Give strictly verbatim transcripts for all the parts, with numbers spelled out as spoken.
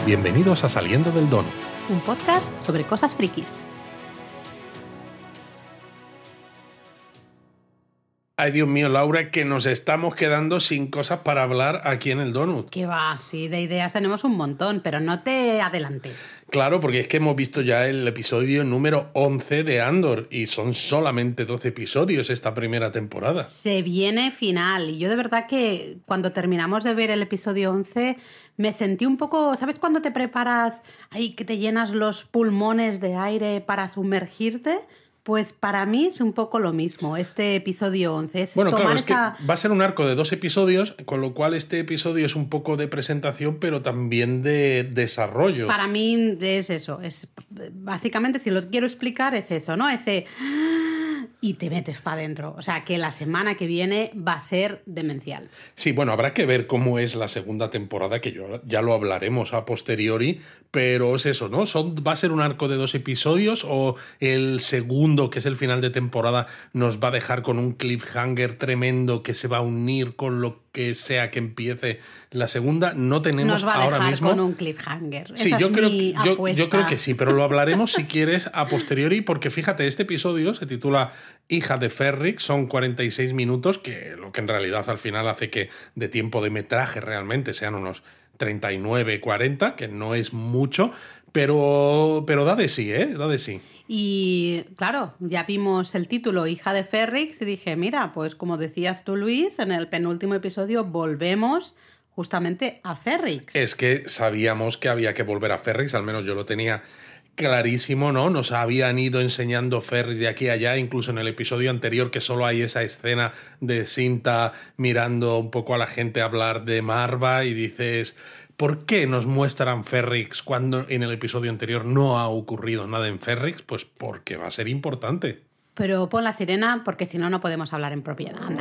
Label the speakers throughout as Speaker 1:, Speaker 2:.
Speaker 1: Bienvenidos a Saliendo del Donut,
Speaker 2: un podcast sobre cosas frikis.
Speaker 1: Ay, Dios mío, Laura, que nos estamos quedando sin cosas para hablar aquí en el Donut.
Speaker 2: Que va, sí, de ideas tenemos un montón, pero no te adelantes.
Speaker 1: Claro, porque es que hemos visto ya el episodio número once de Andor y son solamente doce episodios esta primera temporada.
Speaker 2: Se viene final y yo de verdad que cuando terminamos de ver el episodio once me sentí un poco, ¿sabes cuando te preparas ahí que te llenas los pulmones de aire para sumergirte? Pues para mí es un poco lo mismo, este episodio once. Es
Speaker 1: bueno,
Speaker 2: tomar
Speaker 1: claro, es
Speaker 2: esa...
Speaker 1: que va a ser un arco de dos episodios, con lo cual este episodio es un poco de presentación, pero también de desarrollo.
Speaker 2: Para mí es eso, es básicamente, si lo quiero explicar, es eso, ¿no? Ese... y te metes para adentro. O sea, que la semana que viene va a ser demencial.
Speaker 1: Sí, bueno, habrá que ver cómo es la segunda temporada, que yo, ya lo hablaremos a posteriori, pero es eso, ¿no? Son, ¿va a ser un arco de dos episodios o el segundo, que es el final de temporada, nos va a dejar con un cliffhanger tremendo que se va a unir con lo que sea que empiece la segunda? No tenemos
Speaker 2: nos va a
Speaker 1: ahora
Speaker 2: dejar
Speaker 1: mismo
Speaker 2: con un cliffhanger.
Speaker 1: Sí,
Speaker 2: Esa
Speaker 1: yo
Speaker 2: es
Speaker 1: creo,
Speaker 2: mi
Speaker 1: yo,
Speaker 2: apuesta.
Speaker 1: yo creo que sí, pero lo hablaremos si quieres a posteriori, porque fíjate, este episodio se titula Hija de Ferrix, son cuarenta y seis minutos, que lo que en realidad al final hace que de tiempo de metraje realmente sean unos treinta y nueve, cuarenta, que no es mucho, pero, pero da de sí, ¿eh? Da de sí.
Speaker 2: Y claro, ya vimos el título Hija de Ferrix y dije, mira, pues como decías tú, Luis, en el penúltimo episodio volvemos justamente a Ferrix.
Speaker 1: Es que sabíamos que había que volver a Ferrix, al menos yo lo tenía clarísimo, ¿no? Nos habían ido enseñando Ferrix de aquí a allá, incluso en el episodio anterior, que solo hay esa escena de Cinta mirando un poco a la gente hablar de Marva y dices, ¿por qué nos muestran Ferrix cuando en el episodio anterior no ha ocurrido nada en Ferrix? Pues porque va a ser importante.
Speaker 2: Pero pon la sirena porque si no, no podemos hablar en propiedad. Anda.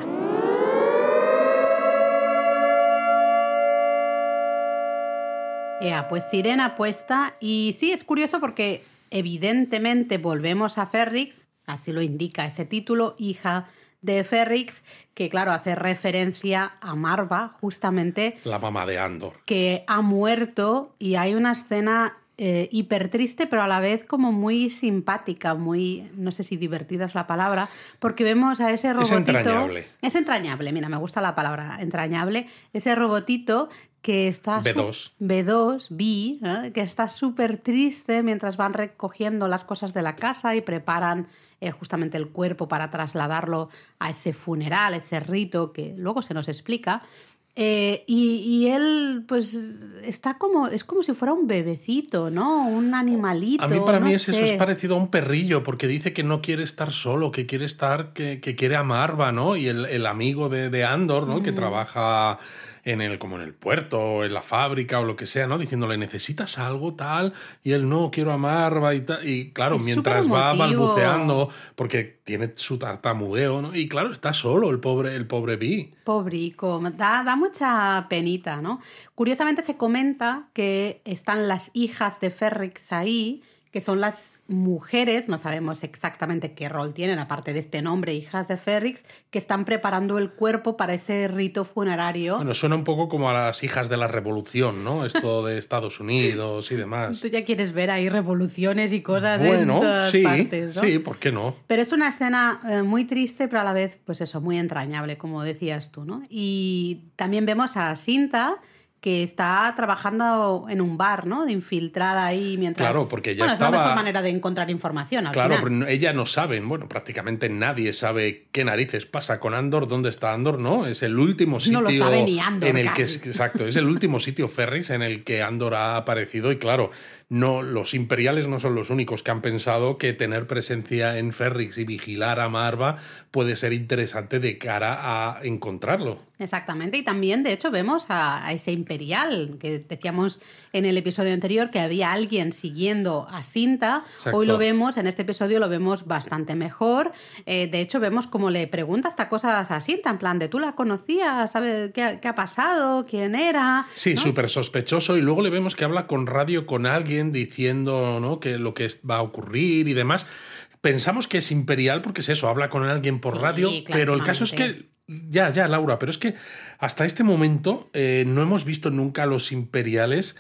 Speaker 2: Ea, pues sirena puesta. Y sí, es curioso porque evidentemente volvemos a Ferrix, así lo indica ese título, Hija de Ferrix, que claro, hace referencia a Marva, justamente.
Speaker 1: La mamá de Andor.
Speaker 2: Que ha muerto y hay una escena eh, hiper triste, pero a la vez como muy simpática, muy, no sé si divertida es la palabra, porque vemos a ese robotito...
Speaker 1: Es entrañable.
Speaker 2: Es entrañable, mira, me gusta la palabra entrañable. Ese robotito que está...
Speaker 1: B dos.
Speaker 2: B dos, B, ¿eh? Que está súper triste mientras van recogiendo las cosas de la casa y preparan eh, justamente el cuerpo para trasladarlo a ese funeral, ese rito que luego se nos explica. Eh, y, y él, pues, está como... Es como si fuera un bebecito, ¿no? Un animalito.
Speaker 1: A mí para
Speaker 2: no
Speaker 1: mí es
Speaker 2: sé.
Speaker 1: eso, es parecido a un perrillo, porque dice que no quiere estar solo, que quiere estar... Que, que quiere a Marva, ¿no? Y el, el amigo de, de Andor, ¿no? Mm. Que trabaja... en el, como en el puerto, o en la fábrica o lo que sea, ¿no? Diciéndole, ¿necesitas algo tal? Y él, no, quiero a Marva y tal. Y claro,
Speaker 2: es
Speaker 1: mientras va balbuceando, porque tiene su tartamudeo, ¿no? Y claro, está solo el pobre, el pobre Bee.
Speaker 2: Pobrico, da, da mucha penita, ¿no? Curiosamente se comenta que están las hijas de Ferrix ahí, que son las mujeres, no sabemos exactamente qué rol tienen, aparte de este nombre, hijas de Ferrix, que están preparando el cuerpo para ese rito funerario.
Speaker 1: Bueno, suena un poco como a las hijas de la revolución, ¿no? Esto de Estados Unidos y demás.
Speaker 2: Tú ya quieres ver ahí revoluciones y cosas
Speaker 1: bueno,
Speaker 2: en todas
Speaker 1: sí,
Speaker 2: partes, ¿no?
Speaker 1: Sí, ¿por qué no?
Speaker 2: Pero es una escena eh, muy triste, pero a la vez, pues eso, muy entrañable, como decías tú, ¿no? Y también vemos a Cinta, que está trabajando en un bar, ¿no? De infiltrada ahí mientras...
Speaker 1: Claro, porque ella
Speaker 2: bueno,
Speaker 1: estaba...
Speaker 2: es la mejor manera de encontrar información al
Speaker 1: Claro,
Speaker 2: final.
Speaker 1: pero ella no sabe, bueno, prácticamente nadie sabe qué narices pasa con Andor, dónde está Andor, ¿no? Es el último sitio...
Speaker 2: No lo sabe ni Andor,
Speaker 1: en el
Speaker 2: casi.
Speaker 1: que es, exacto, es el último sitio Ferrix en el que Andor ha aparecido y claro, no, los imperiales no son los únicos que han pensado que tener presencia en Ferrix y vigilar a Marva puede ser interesante de cara a encontrarlo.
Speaker 2: Exactamente, y también, de hecho, vemos a, a ese imperial, que decíamos en el episodio anterior que había alguien siguiendo a Cinta.
Speaker 1: Exacto.
Speaker 2: Hoy lo vemos, en este episodio lo vemos bastante mejor. Eh, de hecho, vemos cómo le pregunta hasta cosas a Cinta, en plan de, ¿tú la conocías? ¿Sabes qué, qué ha pasado? ¿Quién era?
Speaker 1: Sí,
Speaker 2: ¿no?
Speaker 1: súper sospechoso, y luego le vemos que habla con radio con alguien diciendo, ¿no?, que lo que va a ocurrir y demás. Pensamos que es imperial porque es eso, habla con alguien por
Speaker 2: sí,
Speaker 1: radio, pero el caso es que... Ya, ya, Laura, pero es que hasta este momento eh, no hemos visto nunca a los imperiales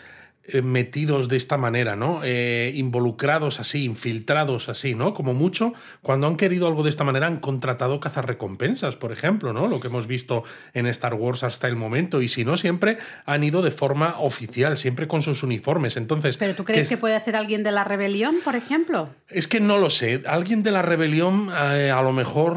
Speaker 1: eh, metidos de esta manera, ¿no? Eh, involucrados así, infiltrados así, ¿no? Como mucho, cuando han querido algo de esta manera han contratado cazarrecompensas, por ejemplo, ¿no? Lo que hemos visto en Star Wars hasta el momento, y si no, siempre han ido de forma oficial, siempre con sus uniformes. Entonces,
Speaker 2: ¿pero tú crees que, que puede ser alguien de la rebelión, por ejemplo?
Speaker 1: Es que no lo sé. Alguien de la rebelión eh, a lo mejor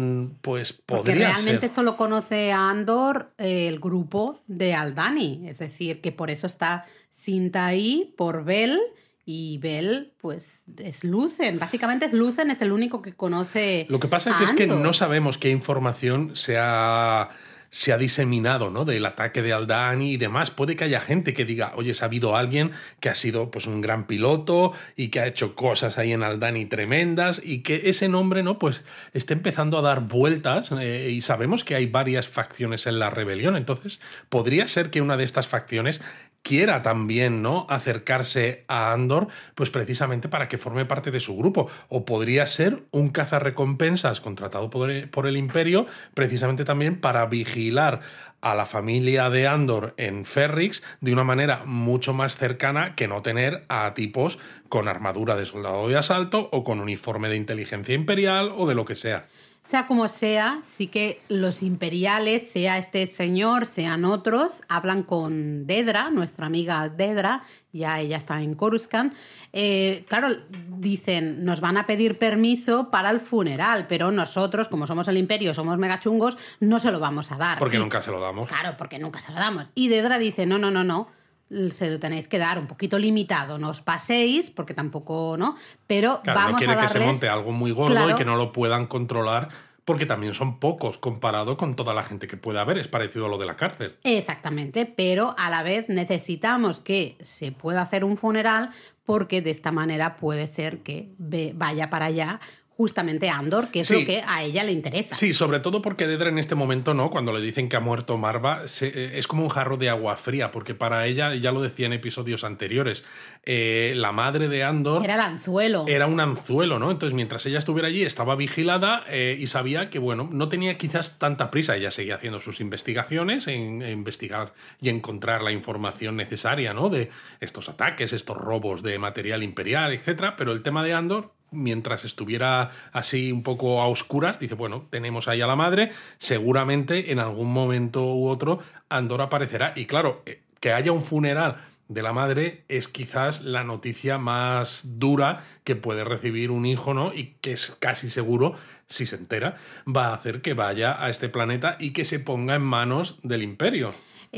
Speaker 1: pues podría
Speaker 2: Porque realmente
Speaker 1: ser.
Speaker 2: solo conoce a Andor eh, el grupo de Aldhani, es decir, que por eso está Cinta ahí, por Bell, y Bell pues es Lucen. Básicamente es Lucen, es el único que conoce.
Speaker 1: Lo que pasa
Speaker 2: a
Speaker 1: es que, es que
Speaker 2: Andor.
Speaker 1: no sabemos qué información se ha... se ha diseminado, ¿no? Del ataque de Aldhani y demás. Puede que haya gente que diga, oye, ha habido alguien que ha sido pues un gran piloto y que ha hecho cosas ahí en Aldhani tremendas, y que ese nombre, ¿no? Pues esté empezando a dar vueltas, eh, y sabemos que hay varias facciones en la rebelión. Entonces podría ser que una de estas facciones quiera también, ¿no? acercarse a Andor, pues precisamente para que forme parte de su grupo. O podría ser un cazarrecompensas contratado por el, por el Imperio, precisamente también para vigilar a la familia de Andor en Ferrix de una manera mucho más cercana que no tener a tipos con armadura de soldado de asalto o con uniforme de inteligencia imperial o de lo que sea.
Speaker 2: Sea como sea, sí que los imperiales, sea este señor, sean otros, hablan con Dedra, nuestra amiga Dedra, ya ella está en Coruscant. Eh, claro, dicen, nos van a pedir permiso para el funeral, pero nosotros, como somos el imperio, somos megachungos, no se lo vamos a dar.
Speaker 1: Porque
Speaker 2: y,
Speaker 1: nunca se lo damos.
Speaker 2: Claro, porque nunca se lo damos. Y Dedra dice, no, no, no, no. Se lo tenéis que dar un poquito limitado, no os paséis, porque tampoco, ¿no? Pero
Speaker 1: claro,
Speaker 2: vamos
Speaker 1: no quiere
Speaker 2: a darles...
Speaker 1: que se monte algo muy gordo, claro, y que no lo puedan controlar, porque también son pocos comparado con toda la gente que puede haber. Es parecido a lo de la cárcel.
Speaker 2: Exactamente, pero a la vez necesitamos que se pueda hacer un funeral, porque de esta manera puede ser que vaya para allá justamente Andor, que es sí. lo que a ella le interesa.
Speaker 1: Sí, sobre todo porque Dedra en este momento, ¿no? Cuando le dicen que ha muerto Marva, se, es como un jarro de agua fría, porque para ella, ya lo decía en episodios anteriores, eh, la madre de Andor...
Speaker 2: Era el anzuelo.
Speaker 1: Era un anzuelo, ¿no? Entonces, mientras ella estuviera allí, estaba vigilada eh, y sabía que, bueno, no tenía quizás tanta prisa. Ella seguía haciendo sus investigaciones, en, en investigar y encontrar la información necesaria, ¿no? De estos ataques, estos robos de material imperial, etcétera. Pero el tema de Andor, mientras estuviera así un poco a oscuras, dice, bueno, tenemos ahí a la madre, seguramente en algún momento u otro Andor aparecerá. Y claro, que haya un funeral de la madre es quizás la noticia más dura que puede recibir un hijo, ¿no? Y que es casi seguro, si se entera, va a hacer que vaya a este planeta y que se ponga en manos del Imperio.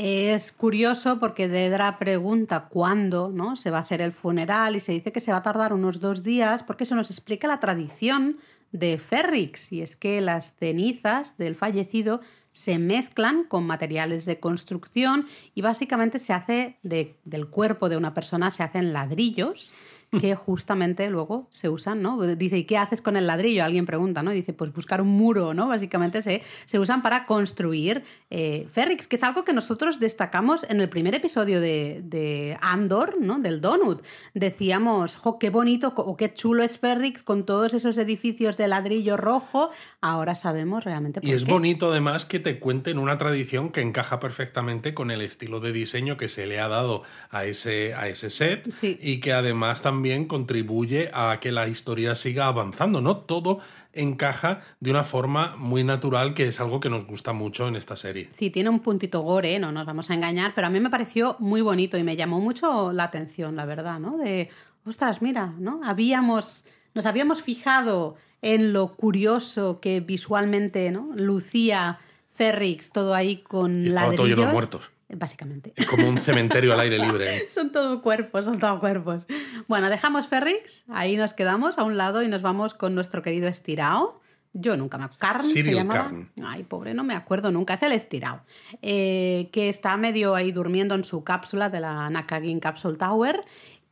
Speaker 2: Es curioso porque Dedra pregunta cuándo, ¿no? se va a hacer el funeral, y se dice que se va a tardar unos dos días, porque eso nos explica la tradición de Ferrix, y es que las cenizas del fallecido se mezclan con materiales de construcción y básicamente se hace de, del cuerpo de una persona, se hacen ladrillos que justamente luego se usan, ¿no? Dice, ¿y qué haces con el ladrillo? Alguien pregunta, ¿no? Y dice, pues buscar un muro, ¿no? Básicamente se, se usan para construir eh, Ferrix, que es algo que nosotros destacamos en el primer episodio de, de Andor, ¿no? Del Donut. Decíamos, jo, qué bonito o qué chulo es Ferrix con todos esos edificios de ladrillo rojo. Ahora sabemos realmente por qué.
Speaker 1: Y es bonito además que te cuenten una tradición que encaja perfectamente con el estilo de diseño que se le ha dado a ese, a ese set,
Speaker 2: sí.
Speaker 1: Y que además también también contribuye a que la historia siga avanzando, ¿no? Todo encaja de una forma muy natural, que es algo que nos gusta mucho en esta serie.
Speaker 2: Sí, tiene un puntito gore, no nos vamos a engañar, pero a mí me pareció muy bonito y me llamó mucho la atención, la verdad, ¿no? De, ostras, mira, ¿no? Habíamos, nos habíamos fijado en lo curioso que visualmente, ¿no? lucía Ferrix, todo ahí con
Speaker 1: y
Speaker 2: ladrillos.
Speaker 1: Todo lleno de muertos.
Speaker 2: Básicamente.
Speaker 1: Es como un cementerio al aire libre.
Speaker 2: Son todo cuerpos, son todo cuerpos. Bueno, dejamos Ferrix, ahí nos quedamos a un lado y nos vamos con nuestro querido Estirao. Yo nunca me acuerdo. ¿Karn se llamaba?
Speaker 1: Karn.
Speaker 2: Ay, pobre, no me acuerdo nunca. Es el Estirao. Eh, que está medio ahí durmiendo en su cápsula de la Nakagin Capsule Tower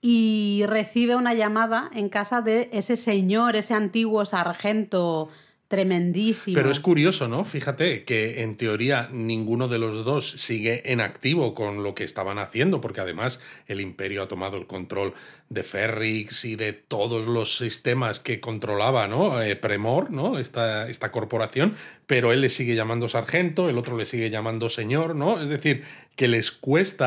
Speaker 2: y recibe una llamada en casa de ese señor, ese antiguo sargento tremendísimo.
Speaker 1: Pero es curioso, ¿no? Fíjate que en teoría ninguno de los dos sigue en activo con lo que estaban haciendo, porque además el Imperio ha tomado el control de Ferrix y de todos los sistemas que controlaba, ¿no? Eh, Premor, ¿no? Esta, esta corporación, pero él le sigue llamando sargento, el otro le sigue llamando señor, ¿no? Es decir, que les cuesta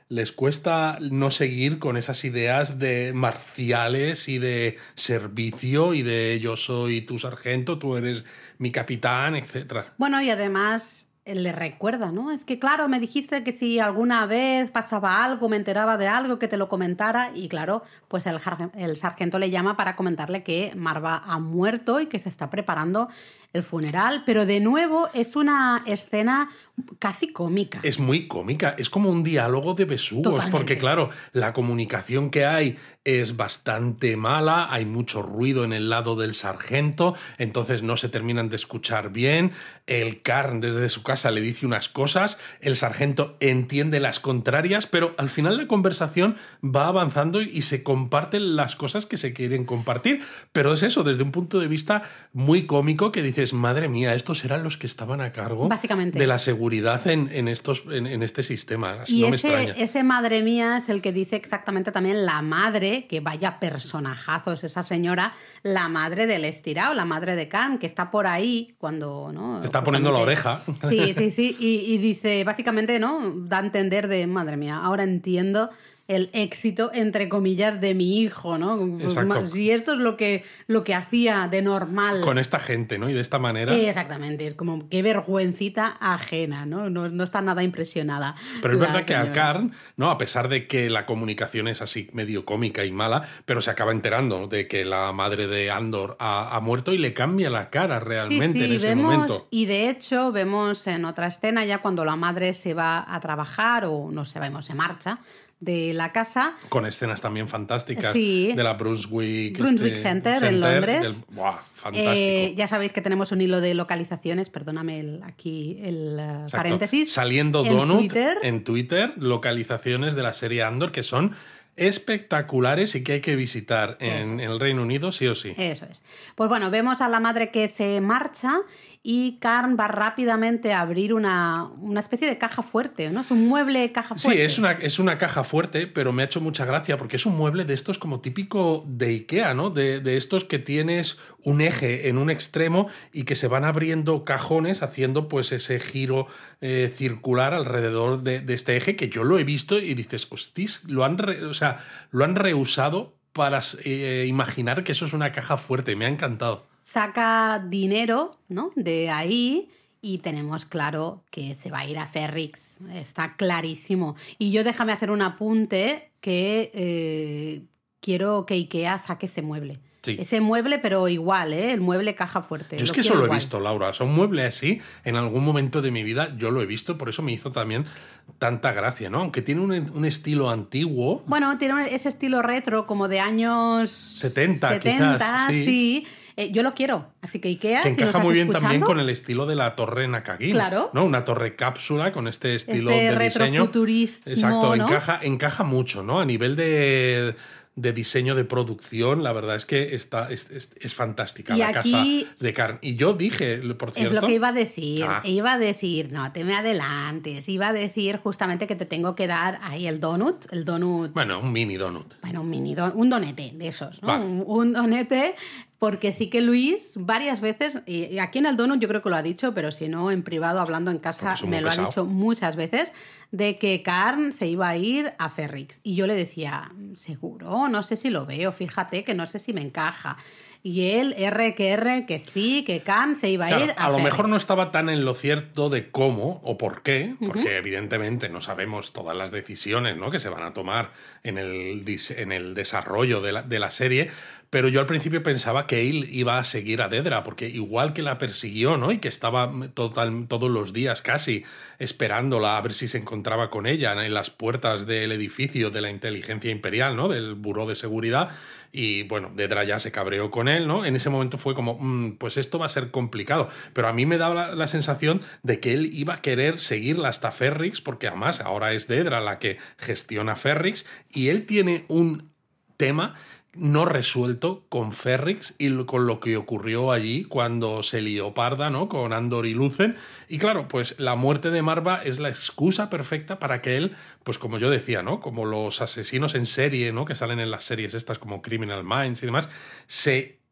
Speaker 1: les cuesta no seguir con esas ideas de marciales y de servicio y de yo soy tu sargento, tú eres mi capitán, etcétera.
Speaker 2: Bueno, y además le recuerda, ¿no? Es que, claro, me dijiste que si alguna vez pasaba algo, me enteraba de algo, que te lo comentara. Y claro, pues el, el sargento le llama para comentarle que Marva ha muerto y que se está preparando el funeral. Pero de nuevo es una escena casi cómica.
Speaker 1: Es muy cómica, es como un diálogo de besugos. Totalmente. Porque claro, la comunicación que hay es bastante mala, hay mucho ruido en el lado del sargento, entonces no se terminan de escuchar bien. El Karn desde su casa le dice unas cosas, el sargento entiende las contrarias, pero al final la conversación va avanzando y se comparten las cosas que se quieren compartir. Pero es eso, desde un punto de vista muy cómico, que dices, madre mía, estos eran los que estaban a cargo
Speaker 2: Básicamente.
Speaker 1: de la seguridad en, en, estos, en, en este sistema. Así
Speaker 2: y
Speaker 1: no
Speaker 2: ese,
Speaker 1: me extraña.
Speaker 2: ese madre mía es el que dice exactamente también la madre, que vaya personajazo es esa señora, la madre del estirado, la madre de Karn, que está por ahí cuando, ¿no?
Speaker 1: Está poniendo la oreja.
Speaker 2: Sí, sí, sí. Y, y dice, básicamente, ¿no? Da a entender de, madre mía, ahora entiendo el éxito, entre comillas, de mi hijo, ¿no?
Speaker 1: Exacto.
Speaker 2: Si esto es lo que, lo que hacía de normal.
Speaker 1: Con esta gente, ¿no? Y de esta manera.
Speaker 2: Exactamente, es como qué vergüencita ajena, ¿no? No, no está nada impresionada.
Speaker 1: Pero es verdad
Speaker 2: señora.
Speaker 1: que a Karn, ¿no? A pesar de que la comunicación es así medio cómica y mala, pero se acaba enterando de que la madre de Andor ha, ha muerto y le cambia la cara realmente
Speaker 2: sí, sí,
Speaker 1: en ese
Speaker 2: vemos,
Speaker 1: momento.
Speaker 2: Y de hecho vemos en otra escena ya cuando la madre se va a trabajar o no sabemos, se marcha de la casa.
Speaker 1: Con escenas también fantásticas
Speaker 2: sí.
Speaker 1: de la Brunswick,
Speaker 2: Brunswick
Speaker 1: este,
Speaker 2: Center,
Speaker 1: Center
Speaker 2: en Londres.
Speaker 1: Del, ¡buah! Fantástico.
Speaker 2: Eh, ya sabéis que tenemos un hilo de localizaciones, perdóname el, aquí el uh, paréntesis.
Speaker 1: Saliendo
Speaker 2: en
Speaker 1: Donut
Speaker 2: Twitter.
Speaker 1: en Twitter, localizaciones de la serie Andor que son espectaculares y que hay que visitar en, en el Reino Unido sí o sí.
Speaker 2: Eso es. Pues bueno, vemos a la madre que se marcha y Karn va rápidamente a abrir una, una especie de caja fuerte, ¿no? Es un mueble caja fuerte.
Speaker 1: Sí, es una, es una caja fuerte, pero me ha hecho mucha gracia porque es un mueble de estos como típico de Ikea, ¿no? De, de estos que tienes un eje en un extremo y que se van abriendo cajones haciendo pues ese giro eh, circular alrededor de, de este eje, que yo lo he visto y dices, hostis, lo han, re, o sea, lo han reusado para eh, imaginar que eso es una caja fuerte. Me ha encantado.
Speaker 2: Saca dinero, ¿no? De ahí y tenemos claro que se va a ir a Ferrix. Está clarísimo. Y yo déjame hacer un apunte que eh, quiero que Ikea saque ese mueble. Sí. Ese mueble, pero igual, ¿eh? El mueble caja fuerte.
Speaker 1: Yo es que eso lo he visto, Laura. O sea, un mueble así, en algún momento de mi vida, yo lo he visto, por eso me hizo también tanta gracia, ¿no? Aunque tiene un, un estilo antiguo.
Speaker 2: Bueno, tiene ese estilo retro, como de años
Speaker 1: setenta,
Speaker 2: setenta,
Speaker 1: quizás, sí.
Speaker 2: sí. Eh, yo lo quiero, así que Ikea,
Speaker 1: que
Speaker 2: si
Speaker 1: encaja
Speaker 2: nos
Speaker 1: muy bien
Speaker 2: escuchando,
Speaker 1: también con el estilo de la torre Nakagin,
Speaker 2: claro,
Speaker 1: ¿no? Una torre cápsula con este estilo
Speaker 2: este
Speaker 1: de diseño.
Speaker 2: Retrofuturista.
Speaker 1: Exacto,
Speaker 2: ¿no?
Speaker 1: encaja, encaja mucho, ¿no? A nivel de, de diseño de producción, la verdad es que está, es, es, es fantástica
Speaker 2: y
Speaker 1: la
Speaker 2: aquí,
Speaker 1: casa de Karn. Y yo dije, por cierto...
Speaker 2: Es lo que iba a decir,
Speaker 1: ah.
Speaker 2: iba a decir, no te me adelantes, iba a decir justamente que te tengo que dar ahí el donut, el donut...
Speaker 1: Bueno, un mini donut.
Speaker 2: Bueno, un mini donut, un donete de esos, ¿no?
Speaker 1: Vale.
Speaker 2: Un, un donete... Porque sí que Luis varias veces, y aquí en el Donut yo creo que lo ha dicho, pero si no en privado hablando en casa me lo
Speaker 1: pesado.
Speaker 2: ha dicho muchas veces, de que Karn se iba a ir a Ferrix. Y yo le decía, seguro, no sé si lo veo, fíjate que no sé si me encaja. Y él, R que R, que sí, que Karn se iba a
Speaker 1: claro,
Speaker 2: ir a
Speaker 1: A lo
Speaker 2: Ferrix.
Speaker 1: mejor no estaba tan en lo cierto de cómo o por qué, porque
Speaker 2: Uh-huh.
Speaker 1: evidentemente no sabemos todas las decisiones, ¿no? que se van a tomar en el, en el desarrollo de la, de la serie, pero yo al principio pensaba que él iba a seguir a Dedra, porque igual que la persiguió, ¿no? Y que estaba total, todos los días casi esperándola a ver si se encontraba con ella en las puertas del edificio de la inteligencia imperial, ¿no? Del buró de seguridad. Y bueno, Dedra ya se cabreó con él, ¿no? En ese momento fue como, mmm, pues esto va a ser complicado. Pero a mí me daba la, la sensación de que él iba a querer seguirla hasta Ferrix, porque además ahora es Dedra la que gestiona Ferrix, y él tiene un tema no resuelto con Ferrix y con lo que ocurrió allí cuando se lió parda, ¿no? Con Andor y Lucen. Y claro, pues la muerte de Marva es la excusa perfecta para que él, pues como yo decía, ¿no? Como los asesinos en serie, ¿no? Que salen en las series estas como Criminal Minds y demás, se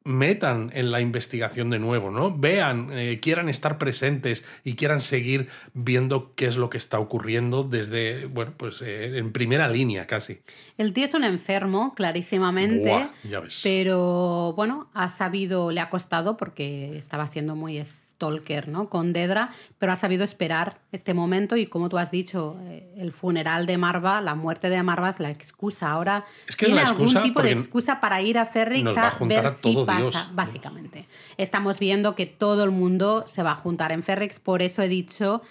Speaker 1: metan en la investigación de nuevo, ¿no? Vean, eh, quieran estar presentes y quieran seguir viendo qué es lo que está ocurriendo desde, bueno, pues eh, en primera línea casi.
Speaker 2: El tío es un enfermo, clarísimamente.
Speaker 1: Buah, ya ves.
Speaker 2: Pero, bueno, ha sabido, le ha costado porque estaba siendo muy stalker, ¿no? Con Dedra, pero ha sabido esperar este momento y, como tú has dicho, el funeral de Marva, la muerte de Marva es la excusa. Ahora
Speaker 1: es que
Speaker 2: tiene
Speaker 1: es la excusa
Speaker 2: algún tipo de excusa para ir a Ferrix
Speaker 1: nos va a,
Speaker 2: a
Speaker 1: juntar
Speaker 2: ver
Speaker 1: a todo
Speaker 2: si pasa,
Speaker 1: Dios.
Speaker 2: básicamente. Estamos viendo que todo el mundo se va a juntar en Ferrix, por eso he dicho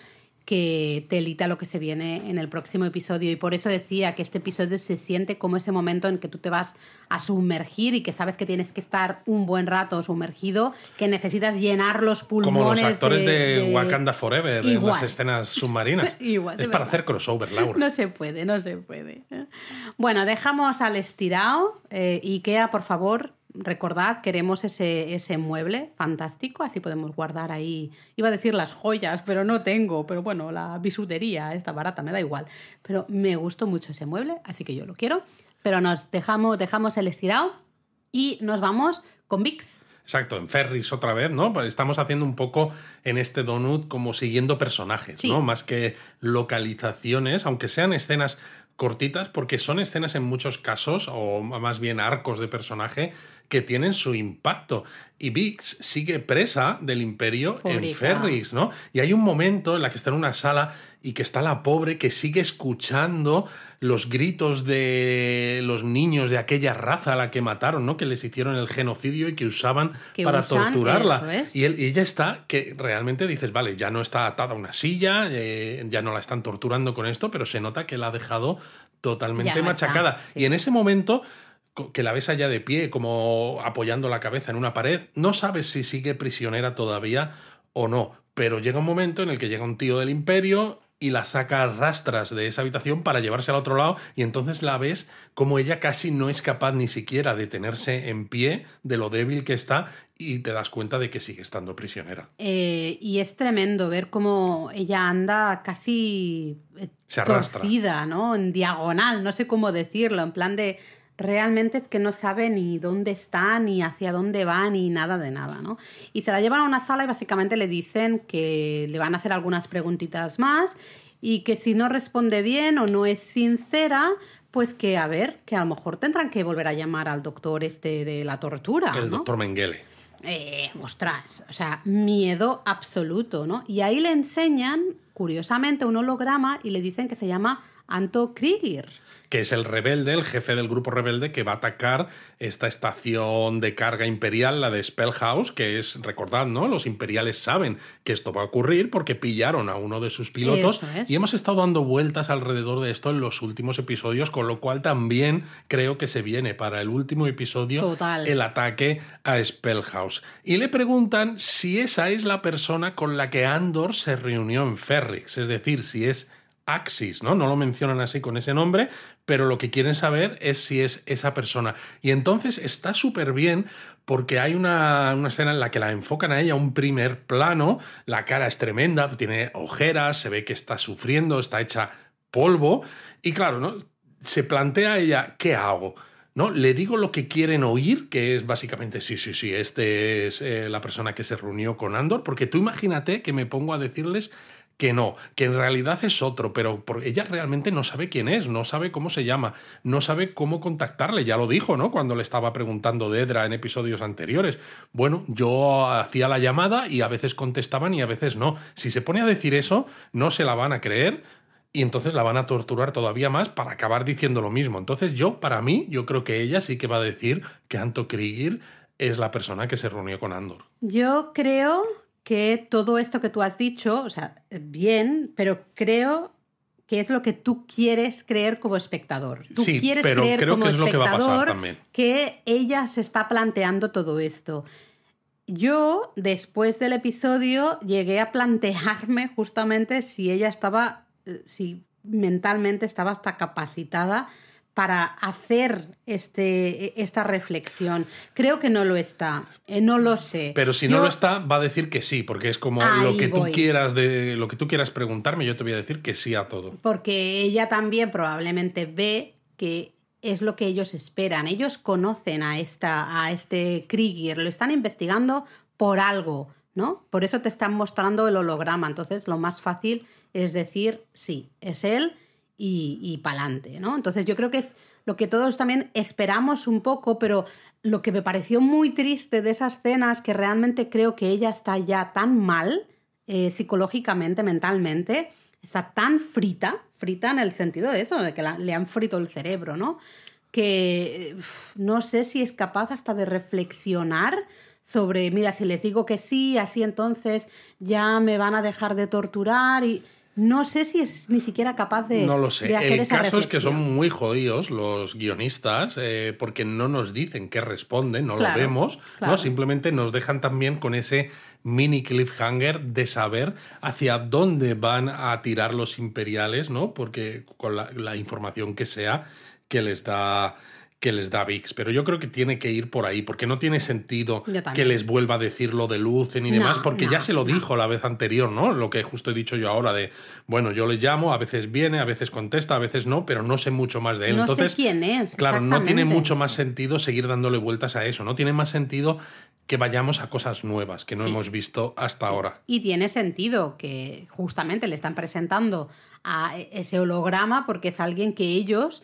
Speaker 2: que telita lo que se viene en el próximo episodio, y por eso decía que este episodio se siente como ese momento en que tú te vas a sumergir y que sabes que tienes que estar un buen rato sumergido, que necesitas llenar los pulmones.
Speaker 1: Como los actores de,
Speaker 2: de,
Speaker 1: de Wakanda Forever
Speaker 2: igual.
Speaker 1: en las escenas submarinas.
Speaker 2: Igual,
Speaker 1: es para hacer crossover, Laura.
Speaker 2: No se puede, no se puede. Bueno, dejamos al estirado. eh, Ikea, por favor, recordad, queremos ese, ese mueble fantástico, así podemos guardar ahí, iba a decir las joyas, pero no tengo, pero bueno, la bisutería está barata, me da igual, pero me gustó mucho ese mueble, así que yo lo quiero, pero nos dejamos, dejamos el estirado y nos vamos con Vix.
Speaker 1: Exacto, en Ferrix otra vez, ¿no? Estamos haciendo un poco en este donut como siguiendo personajes,
Speaker 2: sí.
Speaker 1: ¿no? Más que localizaciones, aunque sean escenas cortitas, porque son escenas en muchos casos, o más bien arcos de personaje, que tienen su impacto. Y Vix sigue presa del Imperio Pobrica. En Ferrix, ¿no? Y hay un momento en la que está en una sala y que está la pobre que sigue escuchando los gritos de los niños de aquella raza a la que mataron, ¿no? Que les hicieron el genocidio y que usaban
Speaker 2: que
Speaker 1: para
Speaker 2: usan,
Speaker 1: torturarla.
Speaker 2: Eso es.
Speaker 1: Y, él, y ella está, que realmente dices, vale, ya no está atada a una silla, eh, ya no la están torturando con esto, pero se nota que la ha dejado totalmente
Speaker 2: no
Speaker 1: machacada.
Speaker 2: Está, sí.
Speaker 1: Y en ese momento, que la ves allá de pie, como apoyando la cabeza en una pared, no sabes si sigue prisionera todavía o no. Pero llega un momento en el que llega un tío del Imperio y la saca a rastras de esa habitación para llevarse al otro lado, y entonces la ves como ella casi no es capaz ni siquiera de tenerse en pie de lo débil que está, y te das cuenta de que sigue estando prisionera.
Speaker 2: Eh, y es tremendo ver cómo ella anda casi
Speaker 1: Se arrastra.
Speaker 2: torcida, ¿no? En diagonal, no sé cómo decirlo, en plan de... Realmente es que no sabe ni dónde está, ni hacia dónde va, ni nada de nada, ¿no? Y se la llevan a una sala y básicamente le dicen que le van a hacer algunas preguntitas más y que si no responde bien o no es sincera, pues que, a ver, que a lo mejor tendrán que volver a llamar al doctor este de la tortura,
Speaker 1: El
Speaker 2: ¿no?
Speaker 1: doctor Mengele.
Speaker 2: Eh, ostras, o sea, miedo absoluto, ¿no? Y ahí le enseñan, curiosamente, un holograma y le dicen que se llama Anto Krieger.
Speaker 1: Que es el rebelde, el jefe del grupo rebelde que va a atacar esta estación de carga imperial, la de Spellhouse, que es, recordad, ¿no? Los imperiales saben que esto va a ocurrir porque pillaron a uno de sus pilotos.
Speaker 2: Eso es.
Speaker 1: Y hemos estado dando vueltas alrededor de esto en los últimos episodios, con lo cual también creo que se viene para el último episodio
Speaker 2: Total.
Speaker 1: el ataque a Spellhouse. Y le preguntan si esa es la persona con la que Andor se reunió en Ferrix, es decir, si es Axis, ¿no? No lo mencionan así con ese nombre, pero lo que quieren saber es si es esa persona. Y entonces está súper bien porque hay una, una escena en la que la enfocan a ella, un primer plano, la cara es tremenda, tiene ojeras, se ve que está sufriendo, está hecha polvo, y claro, ¿no? Se plantea ella, ¿qué hago? ¿No? Le digo lo que quieren oír, que es básicamente, sí, sí, sí, este es eh, la persona que se reunió con Andor, porque tú imagínate que me pongo a decirles que no, que en realidad es otro, pero ella realmente no sabe quién es, no sabe cómo se llama, no sabe cómo contactarle, ya lo dijo, ¿no? Cuando le estaba preguntando Dedra en episodios anteriores. Bueno, yo hacía la llamada y a veces contestaban y a veces no. Si se pone a decir eso, no se la van a creer y entonces la van a torturar todavía más para acabar diciendo lo mismo. Entonces yo, para mí, yo creo que ella sí que va a decir que Anto Krieger es la persona que se reunió con Andor.
Speaker 2: Yo creo que todo esto que tú has dicho, o sea, bien, pero creo que es lo que tú quieres creer como espectador. Tú
Speaker 1: sí,
Speaker 2: quieres
Speaker 1: pero
Speaker 2: creer
Speaker 1: creo
Speaker 2: como
Speaker 1: que es
Speaker 2: espectador
Speaker 1: lo que va a pasar también.
Speaker 2: Que ella se está planteando todo esto. Yo, después del episodio, llegué a plantearme justamente si ella estaba, si mentalmente estaba hasta capacitada para hacer este, esta reflexión. Creo que no lo está, eh, no lo sé.
Speaker 1: Pero si
Speaker 2: yo...
Speaker 1: no lo está, va a decir que sí, porque es como
Speaker 2: Ahí
Speaker 1: lo que
Speaker 2: voy.
Speaker 1: tú quieras de lo que tú quieras preguntarme, yo te voy a decir que sí a todo.
Speaker 2: Porque ella también probablemente ve que es lo que ellos esperan. Ellos conocen a, esta, a este Krieger, lo están investigando por algo, ¿no? Por eso te están mostrando el holograma. Entonces, lo más fácil es decir, sí, es él y, y pa'lante, ¿no? Entonces, yo creo que es lo que todos también esperamos un poco, pero lo que me pareció muy triste de esa escena es que realmente creo que ella está ya tan mal, eh, psicológicamente, mentalmente, está tan frita, frita en el sentido de eso, de que la, le han frito el cerebro, ¿no? Que uf, no sé si es capaz hasta de reflexionar sobre, mira, si les digo que sí, así entonces ya me van a dejar de torturar y... No sé si es ni siquiera capaz de,
Speaker 1: no lo sé.
Speaker 2: de hacer
Speaker 1: El
Speaker 2: esa
Speaker 1: caso
Speaker 2: reflexión.
Speaker 1: es que son muy jodidos los guionistas eh, porque no nos dicen qué responden, no
Speaker 2: claro,
Speaker 1: lo vemos,
Speaker 2: claro.
Speaker 1: ¿no? Simplemente nos dejan también con ese mini cliffhanger de saber hacia dónde van a tirar los imperiales, ¿no? Porque con la, la información que sea que les da... que les da VIX, pero yo creo que tiene que ir por ahí, porque no tiene sentido que les vuelva a decir lo de Lucen y demás,
Speaker 2: no,
Speaker 1: porque
Speaker 2: no,
Speaker 1: ya se lo
Speaker 2: no.
Speaker 1: dijo la vez anterior, ¿no? Lo que justo he dicho yo ahora de, bueno, yo le llamo, a veces viene, a veces contesta, a veces no, pero no sé mucho más de él.
Speaker 2: No
Speaker 1: Entonces,
Speaker 2: sé quién es,
Speaker 1: claro, no tiene
Speaker 2: exactamente.
Speaker 1: mucho más sentido seguir dándole vueltas a eso, no tiene más sentido que vayamos a cosas nuevas que no
Speaker 2: Sí.
Speaker 1: hemos visto hasta
Speaker 2: Sí.
Speaker 1: ahora.
Speaker 2: Y tiene sentido que justamente le están presentando a ese holograma porque es alguien que ellos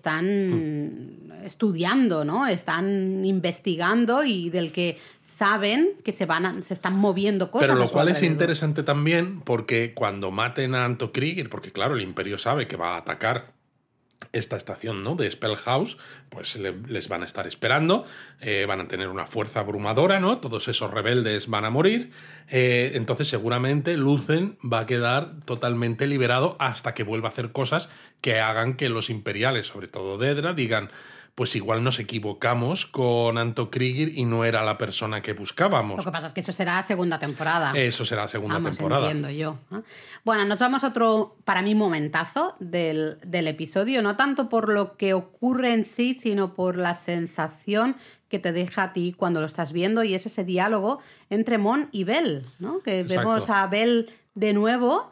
Speaker 2: están hmm. estudiando, ¿no? Están investigando y del que saben que se van a, se están moviendo cosas.
Speaker 1: Pero lo
Speaker 2: a su
Speaker 1: cual es
Speaker 2: alrededor.
Speaker 1: interesante también porque cuando maten a Anto Krieger, porque claro, el Imperio sabe que va a atacar esta estación, ¿no? de Spellhouse, pues le, les van a estar esperando, eh, van a tener una fuerza abrumadora, ¿no? Todos esos rebeldes van a morir, eh, entonces seguramente Lucen va a quedar totalmente liberado hasta que vuelva a hacer cosas que hagan que los imperiales, sobre todo Dedra, digan, pues igual nos equivocamos con Anto Krieger y no era la persona que buscábamos.
Speaker 2: Lo que pasa es que eso será segunda temporada.
Speaker 1: Eso será segunda
Speaker 2: vamos,
Speaker 1: temporada.
Speaker 2: Entiendo yo. ¿no? Bueno, nos vamos a otro, para mí, momentazo del, del episodio, no tanto por lo que ocurre en sí, sino por la sensación que te deja a ti cuando lo estás viendo, y es ese diálogo entre Mon y Bell, ¿no? Que
Speaker 1: Exacto.
Speaker 2: vemos a Bell de nuevo...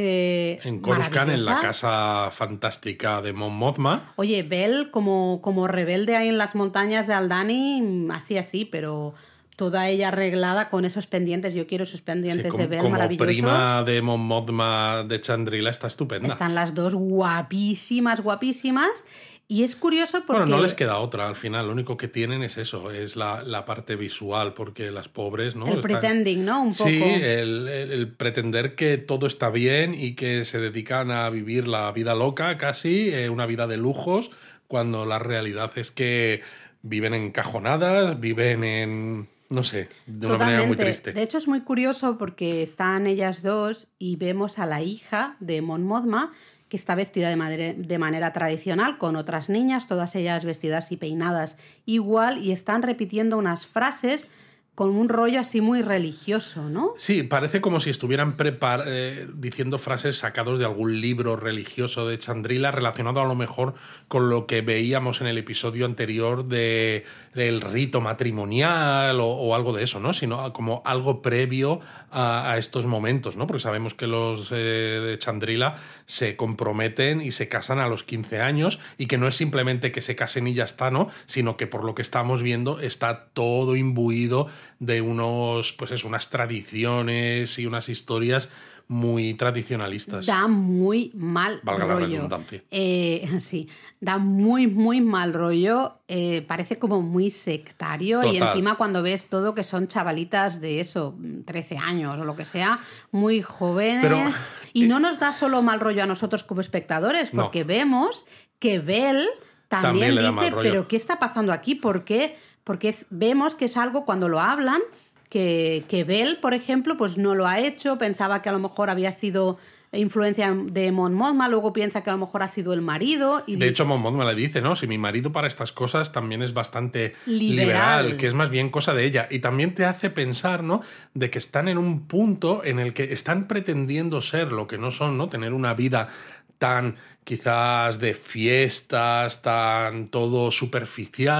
Speaker 2: Eh,
Speaker 1: en Coruscant, en la casa fantástica de Mon Mothma.
Speaker 2: Oye, Bell como, como rebelde ahí en las montañas de Aldhani, así así, pero toda ella arreglada con esos pendientes. Yo quiero esos pendientes
Speaker 1: sí, como,
Speaker 2: de Bell
Speaker 1: como
Speaker 2: maravillosos.
Speaker 1: Prima de Mon Mothma de Chandrila está estupenda.
Speaker 2: Están las dos guapísimas, guapísimas. Y es curioso porque...
Speaker 1: Bueno, no les queda otra al final. Lo único que tienen es eso, es la, la parte visual, porque las pobres, ¿no?
Speaker 2: El
Speaker 1: Están...
Speaker 2: pretending, ¿no? Un poco.
Speaker 1: Sí, el, el, el pretender que todo está bien y que se dedican a vivir la vida loca casi, eh, una vida de lujos, cuando la realidad es que viven encajonadas, viven en... no sé, de una
Speaker 2: Totalmente.
Speaker 1: manera muy triste.
Speaker 2: De hecho, es muy curioso porque están ellas dos y vemos a la hija de Mon Mothma, que está vestida de, madre, de manera tradicional con otras niñas, todas ellas vestidas y peinadas igual, y están repitiendo unas frases con un rollo así muy religioso, ¿no?
Speaker 1: Sí, parece como si estuvieran prepar eh, diciendo frases sacados de algún libro religioso de Chandrila, relacionado a lo mejor con lo que veíamos en el episodio anterior de, del rito matrimonial o, o algo de eso, ¿no? Sino como algo previo a, a estos momentos, ¿no? Porque sabemos que los eh, de Chandrila se comprometen y se casan a los quince años, y que no es simplemente que se casen y ya está, ¿no? Sino que por lo que estamos viendo está todo imbuido de unos, pues es, unas tradiciones y unas historias muy tradicionalistas.
Speaker 2: Da muy mal
Speaker 1: Valga
Speaker 2: rollo.
Speaker 1: la redundancia.
Speaker 2: Eh, sí, da muy, muy mal rollo. Eh, parece como muy sectario.
Speaker 1: Total.
Speaker 2: Y encima cuando ves todo que son chavalitas de eso, trece años o lo que sea, muy jóvenes.
Speaker 1: Pero,
Speaker 2: y
Speaker 1: eh,
Speaker 2: no nos da solo mal rollo a nosotros como espectadores, porque
Speaker 1: no.
Speaker 2: vemos que Bell también,
Speaker 1: También le da
Speaker 2: dice,
Speaker 1: mal rollo.
Speaker 2: pero ¿qué está pasando aquí? ¿Por qué? Porque es, vemos que es algo cuando lo hablan, que, que Bell, por ejemplo, pues no lo ha hecho, pensaba que a lo mejor había sido influencia de Mon Mothma, luego piensa que a lo mejor ha sido el marido. Y
Speaker 1: de hecho, Mon Mothma le dice, ¿no? Si mi marido para estas cosas también es bastante
Speaker 2: liberal.
Speaker 1: liberal, que es más bien cosa de ella. Y también te hace pensar, ¿no? De que están en un punto en el que están pretendiendo ser lo que no son, ¿no? Tener una vida tan quizás de fiestas, tan todo superficial,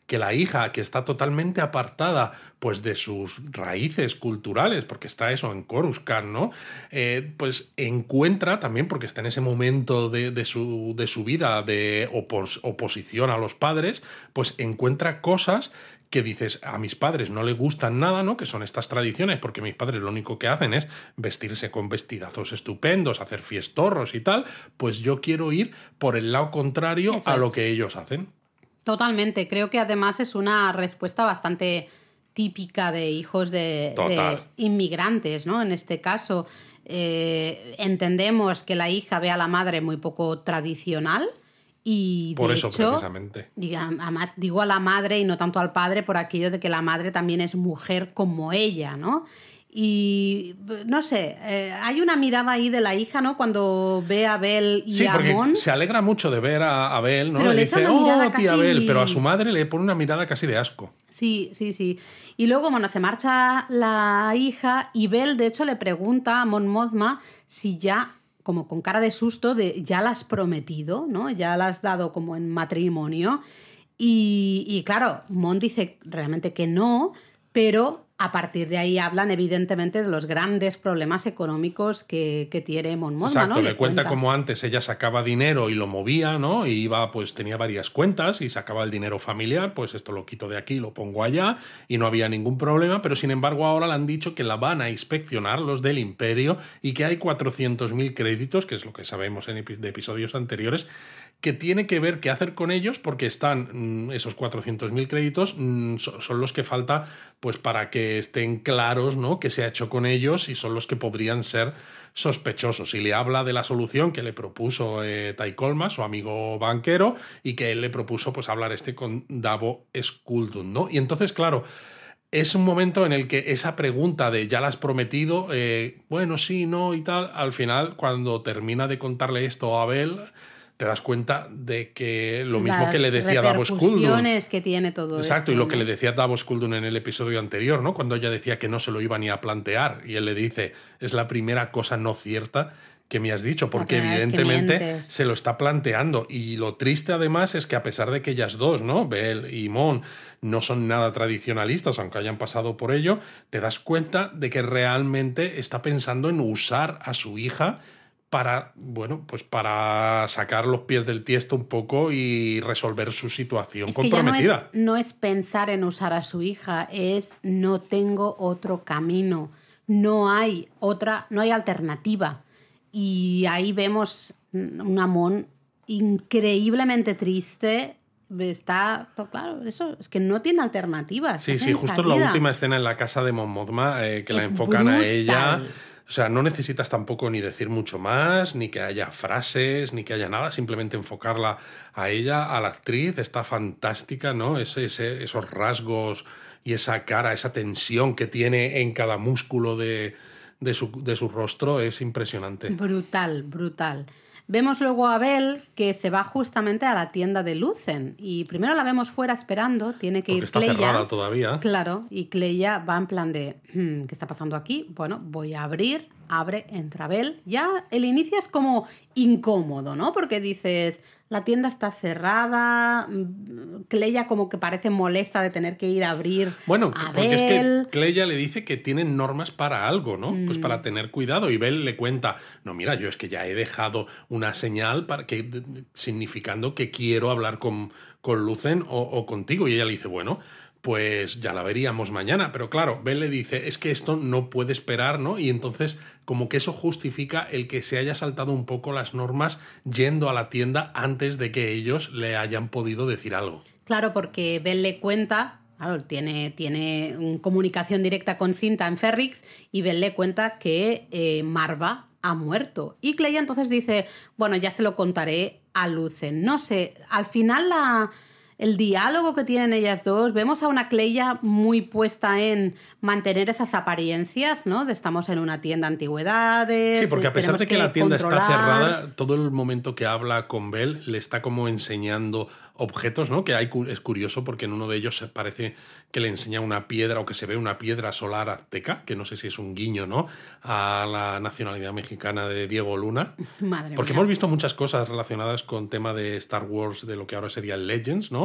Speaker 1: que la hija, que está totalmente apartada pues de sus raíces culturales, porque está eso en Coruscant, ¿no? Eh, pues encuentra también, porque está en ese momento de, de, su, de su vida de opos, oposición a los padres, pues encuentra cosas que dices, a mis padres no les gustan nada, ¿no? Que son estas tradiciones, porque mis padres lo único que hacen es vestirse con vestidazos estupendos, hacer fiestorros y tal, pues yo quiero ir por el lado contrario Eso a es. lo que ellos hacen.
Speaker 2: Totalmente, creo que además es una respuesta bastante típica de hijos de, de inmigrantes, ¿no? En este caso, eh, entendemos que la hija ve a la madre muy poco tradicional. Y
Speaker 1: por
Speaker 2: de
Speaker 1: eso,
Speaker 2: hecho,
Speaker 1: precisamente.
Speaker 2: Diga, además, digo a la madre y no tanto al padre por aquello de que la madre también es mujer como ella, ¿no? Y no sé, eh, hay una mirada ahí de la hija, ¿no? Cuando ve a Abel y
Speaker 1: sí,
Speaker 2: a
Speaker 1: porque
Speaker 2: Mon.
Speaker 1: Se alegra mucho de ver a Abel, ¿no?
Speaker 2: Pero le, le
Speaker 1: dice, oh, tía Abel, pero a su madre le pone una mirada casi de asco.
Speaker 2: Sí, sí, sí. Y luego, bueno, se marcha la hija y Bel, de hecho, le pregunta a Mon Mothma si ya, como con cara de susto, de ya la has prometido, ¿no? Ya la has dado como en matrimonio. Y, y claro, Mon dice realmente que no, pero a partir de ahí hablan evidentemente de los grandes problemas económicos que, que tiene Mon Mothma,
Speaker 1: Exacto,
Speaker 2: ¿no?
Speaker 1: le, le cuenta,
Speaker 2: cuenta
Speaker 1: como antes ella sacaba dinero y lo movía, ¿no? Y iba, pues tenía varias cuentas y sacaba el dinero familiar, pues esto lo quito de aquí, lo pongo allá y no había ningún problema, pero sin embargo ahora le han dicho que la van a inspeccionar los del Imperio y que hay cuatrocientos mil créditos, que es lo que sabemos en epi- de episodios anteriores, que tiene que ver qué hacer con ellos porque están, esos cuatrocientos mil créditos son los que falta pues para que estén claros, ¿no? Qué se ha hecho con ellos y son los que podrían ser sospechosos. Y le habla de la solución que le propuso eh, Ty Colma, su amigo banquero, y que él le propuso pues hablar este con Davo Sculdun, ¿no? Y entonces, claro, es un momento en el que esa pregunta de ya la has prometido, eh, bueno, sí, no y tal, al final cuando termina de contarle esto a Abel, te das cuenta de que lo mismo
Speaker 2: Las
Speaker 1: que le decía Davos Sculdun.
Speaker 2: que tiene todo
Speaker 1: Exacto,
Speaker 2: esto,
Speaker 1: y lo
Speaker 2: ¿no?
Speaker 1: que le decía Davos Sculdun en el episodio anterior, ¿no? Cuando ella decía que no se lo iba ni a plantear y él le dice, es la primera cosa no cierta que me has dicho, porque evidentemente se lo está planteando. Y lo triste además es que a pesar de que ellas dos, ¿no? Bel y Mon, no son nada tradicionalistas, aunque hayan pasado por ello, te das cuenta de que realmente está pensando en usar a su hija para, bueno, pues para sacar los pies del tiesto un poco y resolver su situación
Speaker 2: es que
Speaker 1: comprometida.
Speaker 2: Ya no, es, no es pensar en usar a su hija, es no tengo otro camino, no hay otra, no hay alternativa. Y ahí vemos una Mon increíblemente triste. Está, claro, eso es que no tiene alternativas.
Speaker 1: Sí, sí, justo en la última escena en la casa de Mon Mothma, eh, que es la enfocan brutal. A ella. O sea, no necesitas tampoco ni decir mucho más, ni que haya frases, ni que haya nada, simplemente enfocarla a ella, a la actriz, está fantástica, ¿no? Ese, ese, esos rasgos y esa cara, esa tensión que tiene en cada músculo de, de, su, de su rostro es impresionante.
Speaker 2: Brutal, brutal. Vemos luego a Bel que se va justamente a la tienda de Lucen y primero la vemos fuera esperando, tiene que
Speaker 1: Porque
Speaker 2: ir
Speaker 1: está
Speaker 2: Cleia.
Speaker 1: cerrada todavía.
Speaker 2: Claro, y Cleia va en plan de hmm, ¿qué está pasando aquí? Bueno, voy a abrir, abre, entra Bel. Ya el inicio es como incómodo, ¿no? Porque dices, la tienda está cerrada, Cleia como que parece molesta de tener que ir a abrir.
Speaker 1: Bueno,
Speaker 2: a
Speaker 1: porque
Speaker 2: Bel.
Speaker 1: es que Cleia le dice que tienen normas para algo, ¿no? Mm. Pues para tener cuidado. Y Bel le cuenta, no, mira, yo es que ya he dejado una señal para que, significando que quiero hablar con, con Lucen o, o contigo. Y ella le dice, bueno, pues ya la veríamos mañana. Pero claro, Bel le dice, es que esto no puede esperar, ¿no? Y entonces como que eso justifica el que se haya saltado un poco las normas yendo a la tienda antes de que ellos le hayan podido decir algo.
Speaker 2: Claro, porque Bel le cuenta, claro, tiene, tiene comunicación directa con Cinta en Ferrix y Bel le cuenta que eh, Marva ha muerto. Y Cleia entonces dice, bueno, ya se lo contaré a Lucen. No sé, al final la... El diálogo que tienen ellas dos, vemos a una Cleia muy puesta en mantener esas apariencias, ¿no? De estamos en una tienda de antigüedades.
Speaker 1: Sí, porque a pesar de que, que la tienda controlar... está cerrada, todo el momento que habla con Bel le está como enseñando objetos, ¿no? Que hay, es curioso porque en uno de ellos parece que le enseña una piedra o que se ve una piedra solar azteca, que no sé si es un guiño, ¿no? A la nacionalidad mexicana de Diego Luna.
Speaker 2: Madre
Speaker 1: porque
Speaker 2: mía.
Speaker 1: hemos visto muchas cosas relacionadas con tema de Star Wars, de lo que ahora sería el Legends, ¿no?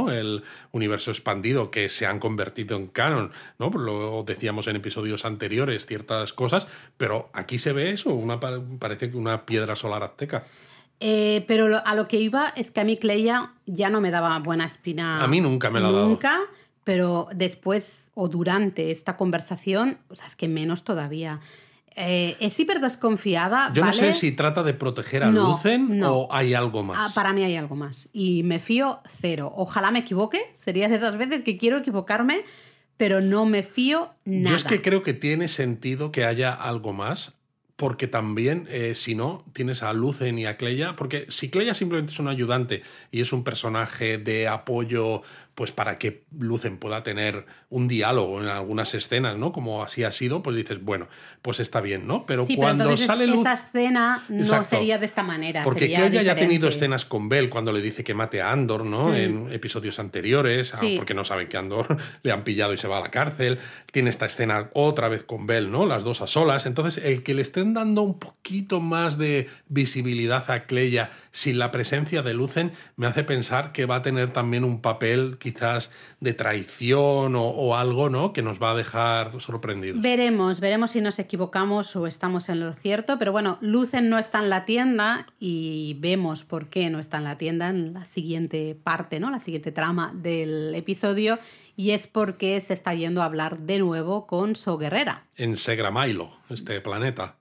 Speaker 1: ¿no? El universo expandido que se han convertido en canon, ¿no? Lo decíamos en episodios anteriores, ciertas cosas, pero aquí se ve eso, una, parece que una piedra solar azteca.
Speaker 2: Eh, pero lo, a lo que iba es que a mí Cleia ya no me daba buena espina.
Speaker 1: A mí nunca me la ha dado.
Speaker 2: Nunca, pero después o durante esta conversación, o sea, es que menos todavía. Eh, es hiper desconfiada.
Speaker 1: Yo
Speaker 2: ¿vale?
Speaker 1: no sé si trata de proteger a
Speaker 2: no,
Speaker 1: Lucen
Speaker 2: no.
Speaker 1: o hay algo más.
Speaker 2: Ah, para mí hay algo más. Y me fío cero. Ojalá me equivoque. Sería de esas veces que quiero equivocarme, pero no me fío nada.
Speaker 1: Yo es que creo que tiene sentido que haya algo más. Porque también, eh, si no, tienes a Lucen y a Cleia, porque si Cleia simplemente es un ayudante y es un personaje de apoyo, pues para que Lucen pueda tener un diálogo en algunas escenas, ¿no? Como así ha sido, pues dices, bueno, pues está bien, ¿no? Pero
Speaker 2: sí,
Speaker 1: cuando
Speaker 2: pero
Speaker 1: sale Luz...
Speaker 2: esa escena no
Speaker 1: Exacto.
Speaker 2: sería de esta manera.
Speaker 1: Porque
Speaker 2: sería
Speaker 1: Cleia
Speaker 2: diferente.
Speaker 1: ya ha tenido escenas con Bell cuando le dice que mate a Andor, ¿no? Mm. En episodios anteriores,
Speaker 2: sí.
Speaker 1: porque no saben que Andor le han pillado y se va a la cárcel. Tiene esta escena otra vez con Bell, ¿no? Las dos a solas. Entonces, el que le estén dando un poquito más de visibilidad a Cleia sin la presencia de Lucen me hace pensar que va a tener también un papel quizás de traición o, o algo, ¿no? Que nos va a dejar sorprendidos.
Speaker 2: Veremos, veremos si nos equivocamos o estamos en lo cierto, pero bueno, Lucen no está en la tienda y vemos por qué no está en la tienda en la siguiente parte, ¿no? La siguiente trama del episodio, y es porque se está yendo a hablar de nuevo con So Guerrera.
Speaker 1: En Segramailo, este planeta.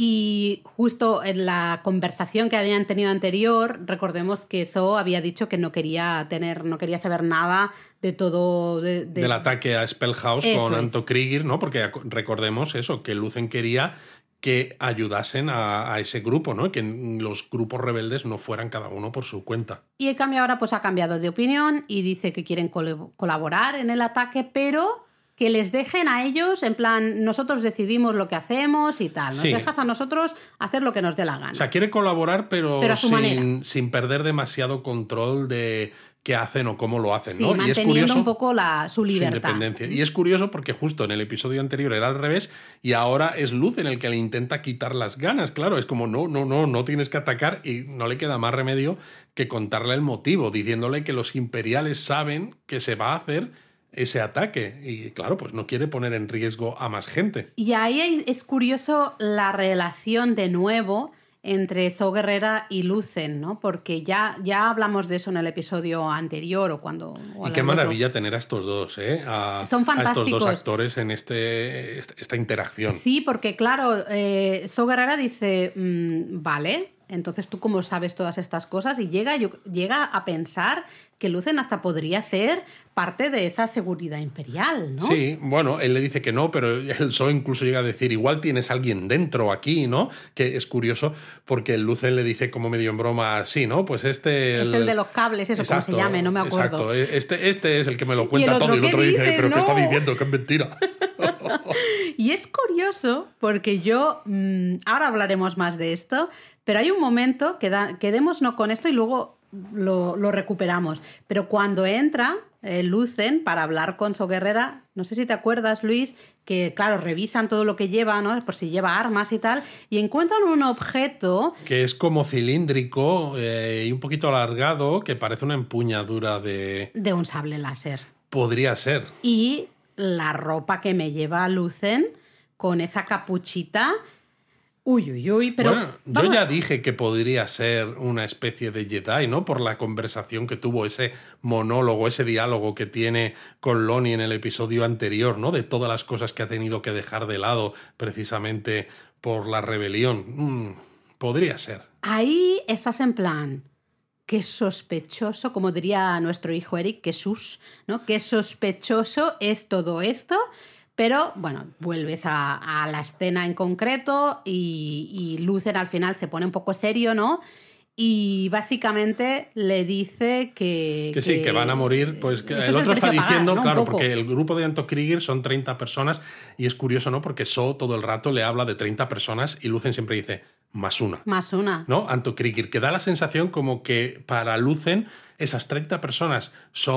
Speaker 2: Y justo en la conversación que habían tenido anterior, recordemos que So había dicho que no quería tener, no quería saber nada de todo... De, de...
Speaker 1: Del ataque a Spellhouse
Speaker 2: eso
Speaker 1: con
Speaker 2: es.
Speaker 1: Anto Krieger, ¿no? Porque recordemos eso, que Lucen quería que ayudasen a, a ese grupo, ¿no? Que los grupos rebeldes no fueran cada uno por su cuenta.
Speaker 2: Y en cambio ahora pues ha cambiado de opinión y dice que quieren col- colaborar en el ataque, pero... que les dejen a ellos, en plan, nosotros decidimos lo que hacemos y tal. Nos
Speaker 1: sí.
Speaker 2: dejas a nosotros hacer lo que nos dé la gana.
Speaker 1: O sea, quiere colaborar, pero,
Speaker 2: pero a su
Speaker 1: sin, sin perder demasiado control de qué hacen o cómo lo hacen,
Speaker 2: sí,
Speaker 1: ¿no?
Speaker 2: manteniendo
Speaker 1: y es curioso,
Speaker 2: un poco la, su libertad.
Speaker 1: Su independencia. Y es curioso porque justo en el episodio anterior era al revés y ahora es Luz en el que le intenta quitar las ganas. Claro, es como, no, no, no, no tienes que atacar, y no le queda más remedio que contarle el motivo, diciéndole que los imperiales saben que se va a hacer ese ataque y claro, pues no quiere poner en riesgo a más gente.
Speaker 2: Y ahí es curioso la relación de nuevo entre So Guerrera y Lucen, ¿no? Porque ya, ya hablamos de eso en el episodio anterior o cuando... O
Speaker 1: y qué maravilla otro. Tener a estos dos, ¿eh? A,
Speaker 2: Son fantásticos.
Speaker 1: A estos dos actores en este, esta interacción.
Speaker 2: Sí, porque claro, eh, So Guerrera dice, mmm, vale, entonces tú cómo sabes todas estas cosas, y llega, yo, llega a pensar que Lucen hasta podría ser parte de esa seguridad imperial, ¿no?
Speaker 1: Sí, bueno, él le dice que no, pero el So incluso llega a decir, igual tienes a alguien dentro aquí, ¿no? Que es curioso, porque el Lucen le dice como medio en broma, sí, ¿no? Pues este...
Speaker 2: Es el, el de los cables, eso, exacto, como se llame, no me acuerdo.
Speaker 1: Exacto, este, este es el que me lo cuenta
Speaker 2: ¿Y
Speaker 1: todo, y el otro
Speaker 2: dice,
Speaker 1: dice, pero
Speaker 2: no.
Speaker 1: ¿qué está diciendo? Que es mentira.
Speaker 2: Y es curioso, porque yo, mmm, ahora hablaremos más de esto, pero hay un momento, que da, quedémonos con esto y luego lo, lo recuperamos, pero cuando entra eh, Lucen para hablar con So Guerrera, no sé si te acuerdas, Luis, que claro, revisan todo lo que lleva, ¿no? Por si lleva armas y tal, y encuentran un objeto...
Speaker 1: que es como cilíndrico eh, y un poquito alargado, que parece una empuñadura de...
Speaker 2: de un sable láser.
Speaker 1: Podría ser.
Speaker 2: Y la ropa que me lleva Lucen con esa capuchita... Uy, uy, uy, pero...
Speaker 1: Bueno, yo ya dije que podría ser una especie de Jedi, ¿no? Por la conversación que tuvo, ese monólogo, ese diálogo que tiene con Lonnie en el episodio anterior, ¿no? De todas las cosas que ha tenido que dejar de lado precisamente por la rebelión. Mm, podría ser.
Speaker 2: Ahí estás en plan... Qué sospechoso, como diría nuestro hijo Eric, que sus, ¿no? Qué sospechoso es todo esto... Pero, bueno, vuelves a, a la escena en concreto y, y Lucen al final se pone un poco serio, ¿no? Y básicamente le dice que...
Speaker 1: Que sí, que, que van a morir. Pues que el otro está diciendo, pagar, ¿no? Claro, porque el grupo de Anto Krieger son treinta personas y es curioso, ¿no? Porque So todo el rato le habla de treinta personas y Lucen siempre dice más una.
Speaker 2: Más una.
Speaker 1: ¿No? Anto Krieger, que da la sensación como que para Lucen esas treinta personas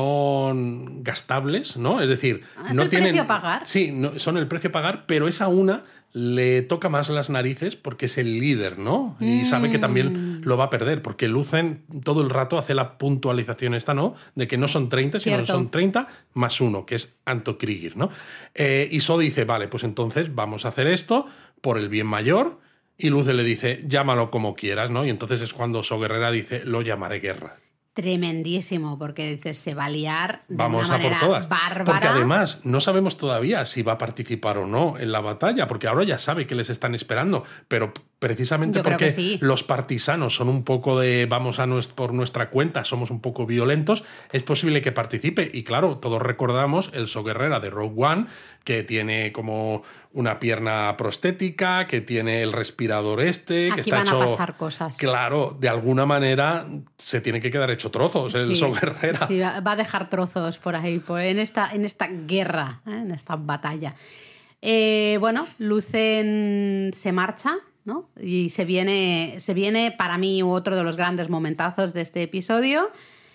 Speaker 1: son gastables, ¿no? Es decir,
Speaker 2: ¿Es
Speaker 1: no
Speaker 2: el
Speaker 1: tienen...
Speaker 2: precio a pagar?
Speaker 1: Sí, no, son el precio a pagar, pero esa una le toca más las narices porque es el líder, ¿no? Y
Speaker 2: Mm.
Speaker 1: sabe que también lo va a perder, porque Lucen todo el rato hace la puntualización esta, ¿no? De que no son treinta, sino
Speaker 2: Cierto.
Speaker 1: que son treinta más uno, que es Anto Krieger, ¿no? Eh, y So dice, vale, pues entonces vamos a hacer esto por el bien mayor, y Lucen le dice, llámalo como quieras, ¿no? Y entonces es cuando So Guerrera dice, lo llamaré guerra.
Speaker 2: Tremendísimo, porque dices, se va a liar de
Speaker 1: Vamos
Speaker 2: una
Speaker 1: a por
Speaker 2: manera
Speaker 1: todas.
Speaker 2: bárbara.
Speaker 1: Porque además no sabemos todavía si va a participar o no en la batalla, porque ahora ya sabe que les están esperando, pero precisamente
Speaker 2: Yo creo
Speaker 1: porque
Speaker 2: que sí.
Speaker 1: los partisanos son un poco de vamos a nues- por nuestra cuenta, somos un poco violentos, es posible que participe. Y claro, todos recordamos el So Guerrera de Rogue One, que tiene como una pierna prostética, que tiene el respirador este, que
Speaker 2: Aquí
Speaker 1: está
Speaker 2: van a
Speaker 1: hecho...
Speaker 2: pasar cosas.
Speaker 1: Claro, de alguna manera se tiene que quedar hecho trozos el
Speaker 2: Sí,
Speaker 1: So Guerrera.
Speaker 2: sí, va va a dejar trozos por ahí, por, en, esta, en esta guerra, ¿eh? En esta batalla. Eh, bueno, Lucen se marcha, ¿no? Y se viene, se viene para mí otro de los grandes momentazos de este episodio.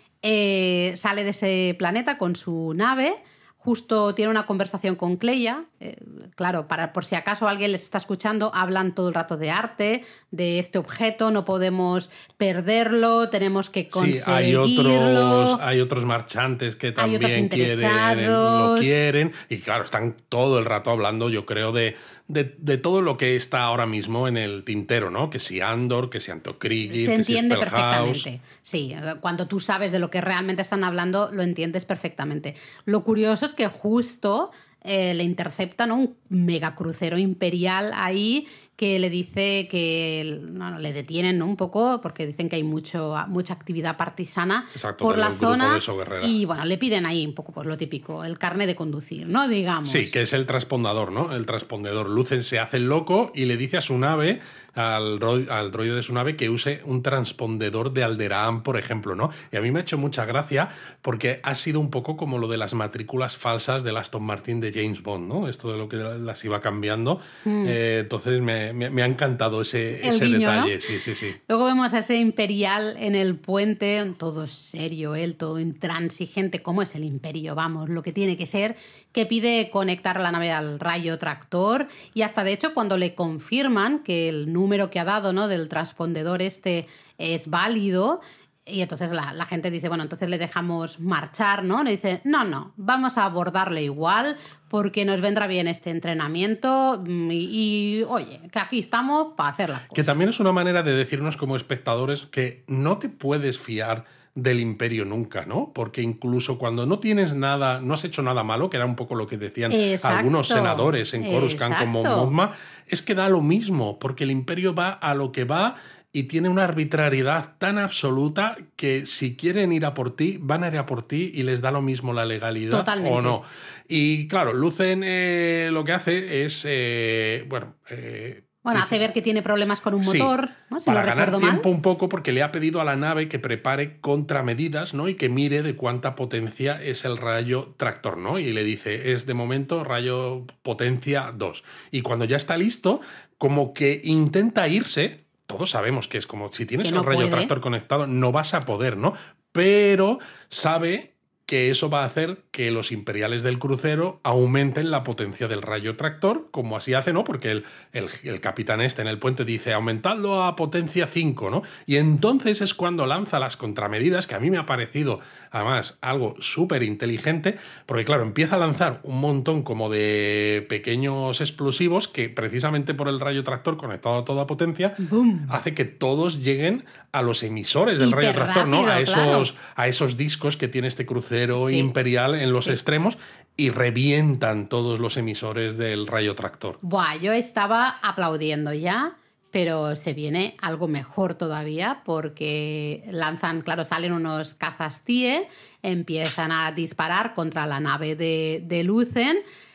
Speaker 2: Eh, sale de ese planeta con su nave. Justo tiene una conversación con Cleia. Eh, claro, para, por si acaso alguien les está escuchando, hablan todo el rato de arte, de este objeto, no podemos perderlo, tenemos que conseguirlo.
Speaker 1: Sí, hay otros, hay otros marchantes que
Speaker 2: Hay otros
Speaker 1: también quieren, lo
Speaker 2: interesados.
Speaker 1: quieren. Y claro, están todo el rato hablando, yo creo, de, de, de todo lo que está ahora mismo en el tintero, ¿no? Que si Andor, que si Anto Krieger,
Speaker 2: Se
Speaker 1: que
Speaker 2: entiende
Speaker 1: si Spellhaus.
Speaker 2: perfectamente. Sí, cuando tú sabes de lo que realmente están hablando, lo entiendes perfectamente. Lo curioso es que justo eh, le intercepta, ¿no?, un megacrucero imperial ahí que le dice que no, no, le detienen, ¿no?, un poco porque dicen que hay mucho, mucha actividad partisana
Speaker 1: Exacto,
Speaker 2: por
Speaker 1: del
Speaker 2: la
Speaker 1: grupo
Speaker 2: zona
Speaker 1: de So Guerrera.
Speaker 2: y bueno, le piden ahí un poco pues lo típico, el carnet de conducir, ¿no?, digamos.
Speaker 1: Sí, que es el transpondedor, ¿no? El transpondedor. Lucen se hace el loco y le dice a su nave, al, droid, al droide de su nave, que use un transpondedor de Alderaan, por ejemplo, ¿no? Y a mí me ha hecho mucha gracia porque ha sido un poco como lo de las matrículas falsas del Aston Martin de James Bond, ¿no? Esto de lo que las iba cambiando. Mm. Eh, entonces me, me, me ha encantado ese, ese
Speaker 2: guiño,
Speaker 1: detalle.
Speaker 2: ¿no?
Speaker 1: Sí, sí, sí.
Speaker 2: Luego vemos a ese imperial en el puente, todo serio, él, todo intransigente, como es el imperio, vamos, lo que tiene que ser, que pide conectar la nave al rayo tractor y hasta de hecho cuando le confirman que el número que ha dado, ¿no?, del transpondedor este es válido. Y entonces la, la gente dice, bueno, entonces le dejamos marchar, ¿no? Le dice, no, no, vamos a abordarle igual porque nos vendrá bien este entrenamiento y, y oye, que aquí estamos para hacer las cosas.
Speaker 1: Que también es una manera de decirnos como espectadores que no te puedes fiar del imperio nunca, ¿no? Porque incluso cuando no tienes nada, no has hecho nada malo, que era un poco lo que decían
Speaker 2: exacto,
Speaker 1: algunos senadores en Coruscant como Mothma, es que da lo mismo, porque el imperio va a lo que va y tiene una arbitrariedad tan absoluta que si quieren ir a por ti, van a ir a por ti y les da lo mismo la legalidad
Speaker 2: Totalmente.
Speaker 1: o no. Y claro, Lucen eh, lo que hace es, eh, bueno... Eh,
Speaker 2: Bueno, hace ver que tiene problemas con un motor,
Speaker 1: sí,
Speaker 2: ¿no? Si
Speaker 1: para
Speaker 2: lo
Speaker 1: ganar
Speaker 2: recuerdo
Speaker 1: tiempo
Speaker 2: mal.
Speaker 1: un poco, porque le ha pedido a la nave que prepare contramedidas, ¿no? Y que mire de cuánta potencia es el rayo tractor, ¿no? Y le dice, es de momento rayo potencia dos. Y cuando ya está listo, como que intenta irse, todos sabemos que es como si tienes
Speaker 2: que no
Speaker 1: el rayo
Speaker 2: puede.
Speaker 1: tractor conectado, no vas a poder, ¿no? Pero sabe que eso va a hacer que los imperiales del crucero aumenten la potencia del rayo tractor, como así hace, ¿no? Porque el, el, el capitán este en el puente dice, aumentadlo a potencia cinco, ¿no? Y entonces es cuando lanza las contramedidas, que a mí me ha parecido, además, algo súper inteligente, porque claro, empieza a lanzar un montón como de pequeños explosivos que precisamente por el rayo tractor conectado a toda potencia,
Speaker 2: ¡Bum!
Speaker 1: hace que todos lleguen a los emisores del
Speaker 2: Hiper
Speaker 1: rayo tractor, ¿no?
Speaker 2: rápido,
Speaker 1: A esos,
Speaker 2: claro.
Speaker 1: a esos discos que tiene este crucero
Speaker 2: Sí.
Speaker 1: imperial en los
Speaker 2: Sí.
Speaker 1: extremos y revientan todos los emisores del rayo tractor.
Speaker 2: Buah, yo estaba aplaudiendo ya, pero se viene algo mejor todavía porque lanzan, claro, salen unos cazas TIE, empiezan a disparar contra la nave de, de Lucen.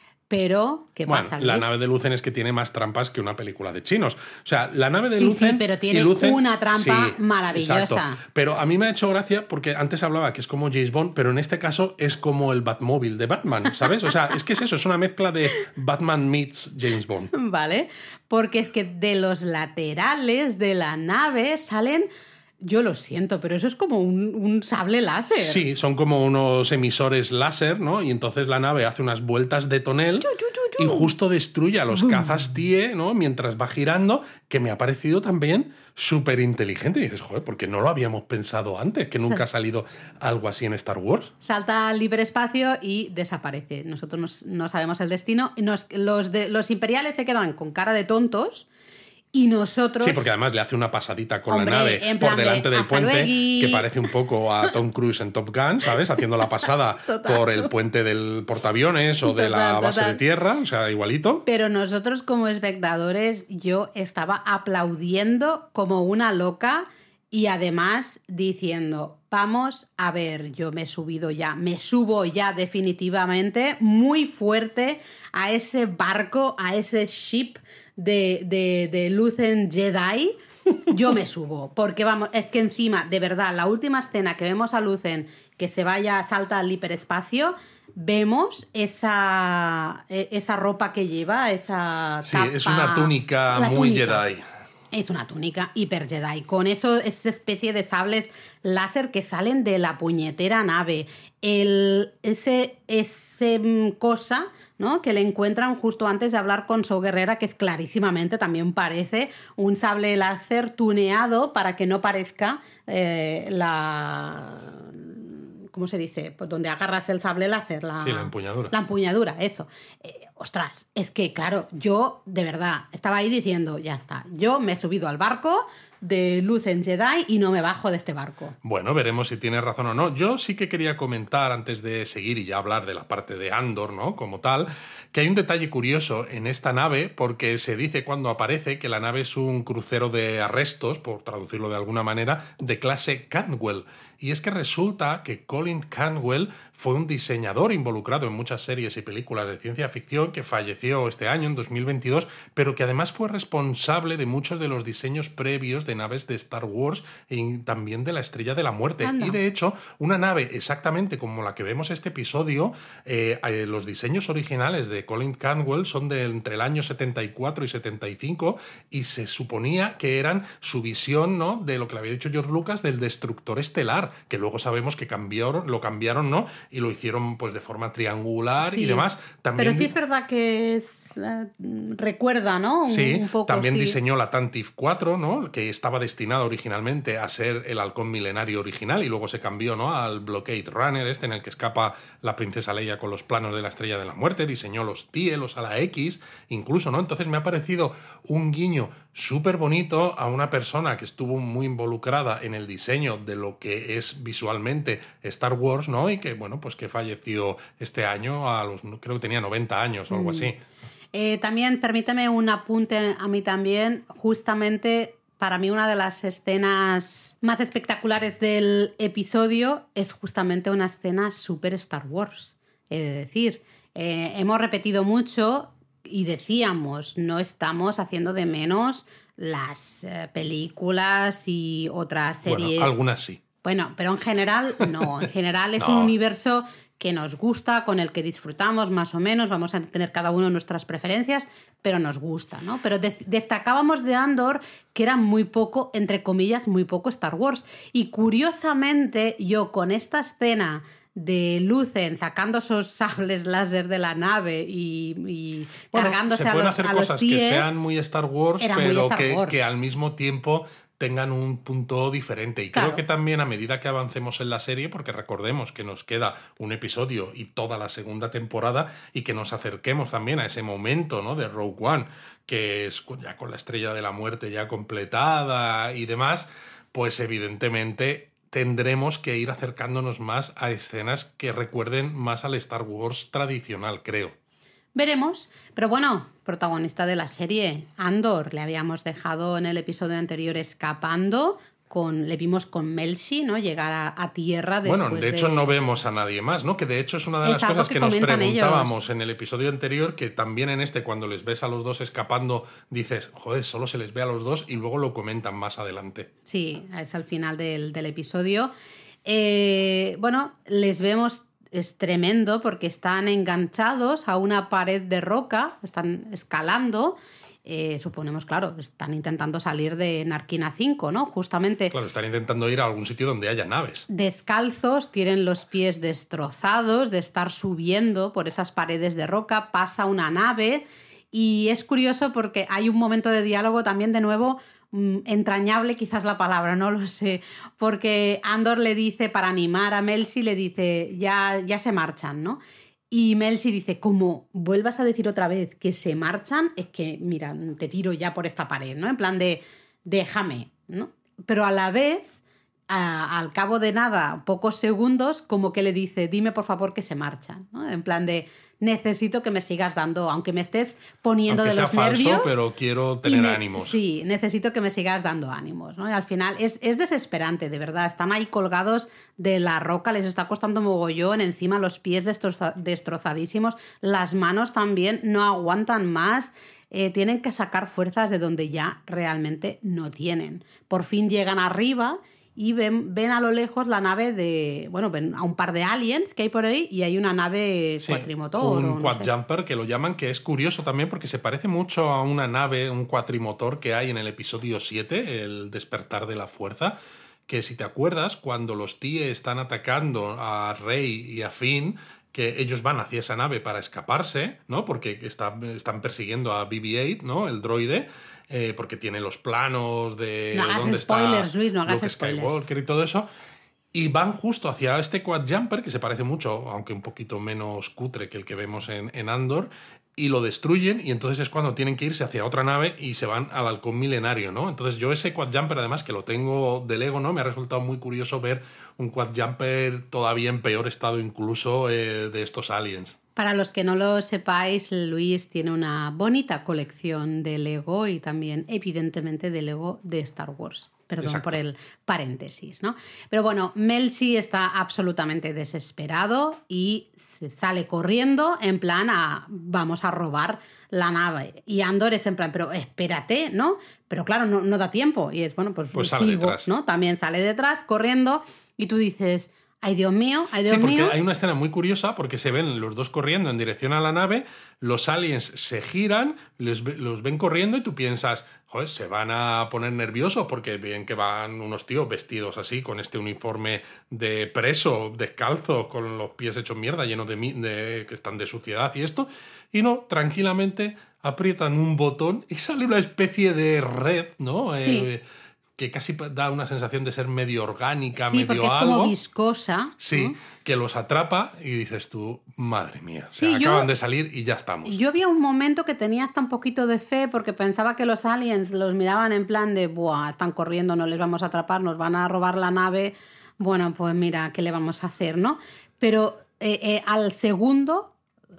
Speaker 2: Pero, ¿qué
Speaker 1: bueno,
Speaker 2: pasa?
Speaker 1: La
Speaker 2: Luke?
Speaker 1: nave de Lucen es que tiene más trampas que una película de chinos. O sea, la nave de
Speaker 2: Sí,
Speaker 1: Lucen...
Speaker 2: sí, pero tiene
Speaker 1: y Lucen,
Speaker 2: una trampa
Speaker 1: sí,
Speaker 2: maravillosa.
Speaker 1: Exacto. Pero a mí me ha hecho gracia porque antes hablaba que es como James Bond, pero en este caso es como el Batmóvil de Batman, ¿sabes? O sea, es que es eso, es una mezcla de Batman meets James Bond.
Speaker 2: ¿Vale? Porque es que de los laterales de la nave salen... Yo lo siento, pero eso es como un, un sable láser.
Speaker 1: Sí, son como unos emisores láser, ¿no? Y entonces la nave hace unas vueltas de tonel
Speaker 2: Chu, chu, chu, chu.
Speaker 1: y justo destruye a los
Speaker 2: Bum.
Speaker 1: cazas TIE, ¿no? Mientras va girando, que me ha parecido también súper inteligente. Y dices, joder, porque no lo habíamos pensado antes, que nunca ha salido algo así en Star Wars.
Speaker 2: Salta al hiperespacio y desaparece. Nosotros no, no sabemos el destino. Nos, los, de, los imperiales se quedan con cara de tontos. Y nosotros...
Speaker 1: Sí, porque además le hace una pasadita con
Speaker 2: Hombre,
Speaker 1: la nave
Speaker 2: en
Speaker 1: por
Speaker 2: plan de,
Speaker 1: delante del
Speaker 2: "Hasta
Speaker 1: puente,
Speaker 2: luegui".
Speaker 1: que parece un poco a Tom Cruise en Top Gun, ¿sabes? Haciendo la pasada
Speaker 2: Total.
Speaker 1: por el puente del portaaviones o de
Speaker 2: Total,
Speaker 1: la base
Speaker 2: total.
Speaker 1: de tierra, o sea, igualito.
Speaker 2: Pero nosotros como espectadores, yo estaba aplaudiendo como una loca y además diciendo, vamos a ver, yo me he subido ya, me subo ya definitivamente muy fuerte a ese barco, a ese ship de, de, de Luthen Jedi. Yo me subo, porque vamos, es que encima, de verdad, la última escena que vemos a Luthen que se vaya, salta al hiperespacio, vemos esa, esa ropa que lleva, esa
Speaker 1: Sí,
Speaker 2: capa,
Speaker 1: es una túnica
Speaker 2: la
Speaker 1: muy
Speaker 2: túnica.
Speaker 1: Jedi.
Speaker 2: Es una túnica hiper Jedi, con eso, esa especie de sables láser que salen de la puñetera nave. El, ese, ese cosa, ¿no?, que le encuentran justo antes de hablar con So Guerrera, que es clarísimamente también parece un sable láser tuneado para que no parezca eh, la... ¿Cómo se dice? Pues donde agarras el sable láser. La,
Speaker 1: Sí, la empuñadura.
Speaker 2: La empuñadura, eso. Eh, ostras, es que, claro, yo, de verdad, estaba ahí diciendo, ya está, yo me he subido al barco de Luthen Jedi y no me bajo de este barco.
Speaker 1: Bueno, veremos si tienes razón o no. Yo sí que quería comentar, antes de seguir y ya hablar de la parte de Andor, ¿no?, como tal, que hay un detalle curioso en esta nave, porque se dice cuando aparece que la nave es un crucero de arrestos, por traducirlo de alguna manera, de clase Cantwell. Y es que resulta que Colin Cantwell fue un diseñador involucrado en muchas series y películas de ciencia ficción que falleció este año, en dos mil veintidós, pero que además fue responsable de muchos de los diseños previos de naves de Star Wars y también de la Estrella de la Muerte.
Speaker 2: Anda.
Speaker 1: Y de hecho, una nave exactamente como la que vemos en este episodio, eh, eh, los diseños originales de Colin Cantwell son de entre el año setenta y cuatro y setenta y cinco y se suponía que eran su visión, ¿no?, de lo que le había dicho George Lucas del destructor estelar, que luego sabemos que cambiaron, lo cambiaron, ¿no?, y lo hicieron pues de forma triangular
Speaker 2: Sí,
Speaker 1: y demás. También
Speaker 2: pero sí es verdad que es, eh, recuerda, ¿no? Un,
Speaker 1: Sí,
Speaker 2: un poco,
Speaker 1: también
Speaker 2: sí.
Speaker 1: diseñó la Tantive cuatro, ¿no?, que estaba destinada originalmente a ser el halcón milenario original y luego se cambió, ¿no?, al Blockade Runner, este en el que escapa la princesa Leia con los planos de la Estrella de la Muerte. Diseñó los TIE, los Ala X, incluso, ¿no? Entonces me ha parecido un guiño súper bonito a una persona que estuvo muy involucrada en el diseño de lo que es visualmente Star Wars, ¿no?, y que, bueno, pues que falleció este año a los, creo que tenía noventa años o algo
Speaker 2: Mm.
Speaker 1: así.
Speaker 2: Eh, también, permíteme un apunte a mí también, justamente para mí una de las escenas más espectaculares del episodio es justamente una escena súper Star Wars. He de decir, eh, hemos repetido mucho y decíamos, no estamos haciendo de menos las eh, películas y otras series.
Speaker 1: Bueno, algunas sí.
Speaker 2: Bueno, pero en general no. En general es
Speaker 1: No.
Speaker 2: un universo que nos gusta, con el que disfrutamos más o menos. Vamos a tener cada uno nuestras preferencias, pero nos gusta, ¿no? Pero de- destacábamos de Andor que era muy poco, entre comillas, muy poco Star Wars. Y curiosamente, yo con esta escena de Luthen sacando esos sables láser de la nave y, y
Speaker 1: Bueno,
Speaker 2: cargándose
Speaker 1: se
Speaker 2: a
Speaker 1: pueden
Speaker 2: los,
Speaker 1: hacer
Speaker 2: a los
Speaker 1: cosas que
Speaker 2: TIE.
Speaker 1: sean muy Star Wars,
Speaker 2: Era muy
Speaker 1: pero
Speaker 2: Star
Speaker 1: que,
Speaker 2: Wars.
Speaker 1: que al mismo tiempo tengan un punto diferente. Y
Speaker 2: Claro.
Speaker 1: creo que también a medida que avancemos en la serie, porque recordemos que nos queda un episodio y toda la segunda temporada, y que nos acerquemos también a ese momento, ¿no?, de Rogue One, que es ya con la Estrella de la Muerte ya completada y demás, pues evidentemente tendremos que ir acercándonos más a escenas que recuerden más al Star Wars tradicional, creo.
Speaker 2: Veremos, pero bueno, protagonista de la serie, Andor, le habíamos dejado en el episodio anterior escapando, con, le vimos con Melshi, ¿no?, llegar a, a tierra después
Speaker 1: Bueno, de hecho
Speaker 2: de...
Speaker 1: no vemos a nadie más, ¿no? Que de hecho es una de
Speaker 2: Es
Speaker 1: las
Speaker 2: algo
Speaker 1: cosas
Speaker 2: que
Speaker 1: que, nos
Speaker 2: comentan
Speaker 1: preguntábamos
Speaker 2: ellos.
Speaker 1: en el episodio anterior, que también en este, cuando les ves a los dos escapando, dices, joder, solo se les ve a los dos, y luego lo comentan más adelante.
Speaker 2: Sí, es al final del, del episodio. Eh, bueno, les vemos, es tremendo porque están enganchados a una pared de roca, están escalando eh, suponemos, claro, están intentando salir de Narquina cinco, ¿no? Justamente.
Speaker 1: Claro, están intentando ir a algún sitio donde haya naves.
Speaker 2: Descalzos, tienen los pies destrozados de estar subiendo por esas paredes de roca, pasa una nave y es curioso porque hay un momento de diálogo también de nuevo mmm, entrañable, quizás la palabra, no lo sé, porque Andor le dice, para animar a Melshi, le dice, ya, ya se marchan, ¿no? Y Melshi dice, como vuelvas a decir otra vez que se marchan, es que, mira, te tiro ya por esta pared, ¿no? En plan de, déjame, ¿no? Pero a la vez, a, al cabo de nada, pocos segundos, como que le dice, dime por favor que se marchan, ¿no? En plan de, necesito que me sigas dando, aunque me estés poniendo
Speaker 1: aunque
Speaker 2: de los
Speaker 1: sea falso,
Speaker 2: nervios.
Speaker 1: Pero quiero tener
Speaker 2: me,
Speaker 1: ánimos.
Speaker 2: Sí, necesito que me sigas dando ánimos, ¿no? Y al final es, es desesperante, de verdad. Están ahí colgados de la roca, les está costando mogollón, encima los pies destroza, destrozadísimos, las manos también no aguantan más. Eh, tienen que sacar fuerzas de donde ya realmente no tienen. Por fin llegan arriba y ven, ven a lo lejos la nave de... Bueno, ven a un par de aliens que hay por ahí y hay una nave
Speaker 1: sí,
Speaker 2: cuatrimotor.
Speaker 1: Un
Speaker 2: o no
Speaker 1: quadjumper
Speaker 2: sé.
Speaker 1: que lo llaman, que es curioso también porque se parece mucho a una nave, un cuatrimotor que hay en el episodio siete, el despertar de la fuerza, que si te acuerdas, cuando los TIE están atacando a Rey y a Finn, que ellos van hacia esa nave para escaparse, ¿no? Porque está, están persiguiendo a B B ocho, ¿no? El droide, eh, porque tiene los planos de
Speaker 2: no hagas
Speaker 1: dónde
Speaker 2: spoilers,
Speaker 1: está
Speaker 2: Luis, no hagas
Speaker 1: Luke
Speaker 2: spoilers.
Speaker 1: Skywalker y todo eso. Y van justo hacia este quadjumper, que se parece mucho, aunque un poquito menos cutre que el que vemos en, en Andor, y lo destruyen, y entonces es cuando tienen que irse hacia otra nave y se van al halcón milenario, ¿no? Entonces yo ese quadjumper, además, que lo tengo de Lego, ¿no? Me ha resultado muy curioso ver un quadjumper todavía en peor estado incluso eh, de estos aliens.
Speaker 2: Para los que no lo sepáis, Luis tiene una bonita colección de Lego y también, evidentemente, de Lego de Star Wars. Perdón Exacto. por el paréntesis, ¿no? Pero bueno, Melshi está absolutamente desesperado y se sale corriendo en plan a vamos a robar la nave. Y Andor es en plan, pero espérate, ¿no? Pero claro, no, no da tiempo. Y es, bueno, pues,
Speaker 1: pues sale
Speaker 2: sigo,
Speaker 1: detrás.
Speaker 2: ¿no? También sale detrás corriendo y tú dices... Ay, Dios mío, ay, Dios
Speaker 1: sí, porque
Speaker 2: mío.
Speaker 1: Hay una escena muy curiosa porque se ven los dos corriendo en dirección a la nave, los aliens se giran, los, los ven corriendo y tú piensas, joder, se van a poner nerviosos porque ven que van unos tíos vestidos así, con este uniforme de preso, descalzos, con los pies hechos mierda, llenos de, de que están de suciedad y esto. Y no, tranquilamente aprietan un botón y sale una especie de red, ¿no?
Speaker 2: Sí.
Speaker 1: Eh, que casi da una sensación de ser medio orgánica,
Speaker 2: sí,
Speaker 1: medio
Speaker 2: porque es
Speaker 1: algo.
Speaker 2: como viscosa.
Speaker 1: Sí,
Speaker 2: ¿no?
Speaker 1: que los atrapa y dices tú, madre mía,
Speaker 2: sí,
Speaker 1: se acaban
Speaker 2: yo,
Speaker 1: de salir y ya estamos.
Speaker 2: Yo había un momento que tenía hasta un poquito de fe porque pensaba que los aliens los miraban en plan de, buah, están corriendo, no les vamos a atrapar, nos van a robar la nave, bueno, pues mira, ¿qué le vamos a hacer, no? Pero eh, eh, al segundo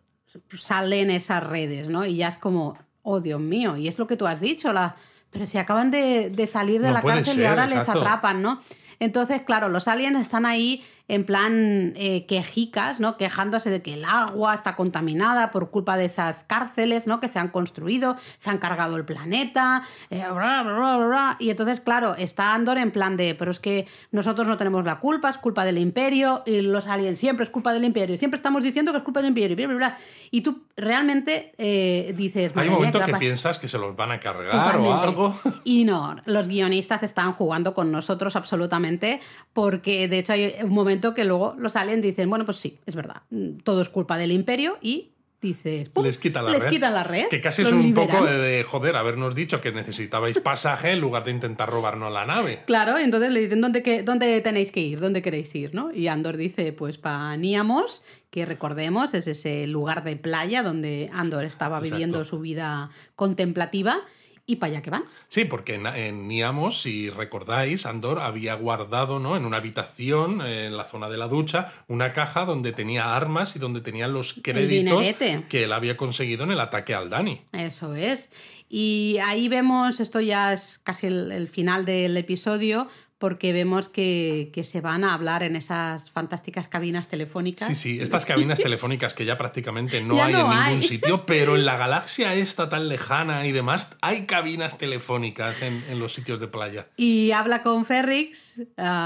Speaker 2: salen esas redes, ¿no? Y ya es como, oh, Dios mío, y es lo que tú has dicho, la... pero si acaban de, de salir de
Speaker 1: no
Speaker 2: la cárcel
Speaker 1: ser,
Speaker 2: y ahora
Speaker 1: exacto.
Speaker 2: les atrapan, ¿no? Entonces, claro, los aliens están ahí en plan eh, quejicas, ¿no? Quejándose de que el agua está contaminada por culpa de esas cárceles, ¿no? Que se han construido, se han cargado el planeta, eh, bla, bla, bla, bla. Y entonces, claro, está Andor en plan de, pero es que nosotros no tenemos la culpa, es culpa del Imperio, y los aliens siempre es culpa del Imperio, siempre estamos diciendo que es culpa del Imperio, bla, bla, bla. Y tú realmente eh, dices...
Speaker 1: Hay un momento
Speaker 2: mía,
Speaker 1: que
Speaker 2: pas...
Speaker 1: piensas que se los van a cargar
Speaker 2: Totalmente.
Speaker 1: o algo.
Speaker 2: Y no, los guionistas están jugando con nosotros absolutamente, porque de hecho hay un momento que luego los aliens dicen, bueno, pues sí, es verdad, todo es culpa del Imperio y dices, ¡pum!,
Speaker 1: les quitan la
Speaker 2: les
Speaker 1: red.
Speaker 2: quitan la red.
Speaker 1: Que casi es un liberan. poco de, de, joder, habernos dicho que necesitabais pasaje en lugar de intentar robarnos la nave.
Speaker 2: Claro, entonces le dicen, ¿dónde, que, dónde tenéis que ir? ¿Dónde queréis ir? ¿No? Y Andor dice, pues para Niamos, que recordemos, es ese lugar de playa donde Andor estaba
Speaker 1: Exacto.
Speaker 2: viviendo su vida contemplativa. ¿Y para allá que van?
Speaker 1: Sí, porque en, en Niamos, si recordáis, Andor había guardado, ¿no?, en una habitación, en la zona de la ducha, una caja donde tenía armas y donde tenían los créditos que él había conseguido en el ataque al Dani.
Speaker 2: Eso es. Y ahí vemos, esto ya es casi el, el final del episodio, porque vemos que, que se van a hablar en esas fantásticas cabinas telefónicas.
Speaker 1: Sí, sí, estas cabinas telefónicas que ya prácticamente no
Speaker 2: ya
Speaker 1: hay
Speaker 2: no
Speaker 1: en
Speaker 2: hay.
Speaker 1: ningún sitio, pero en la galaxia esta tan lejana y demás, hay cabinas telefónicas en, en los sitios de playa.
Speaker 2: Y habla con Ferrix, uh,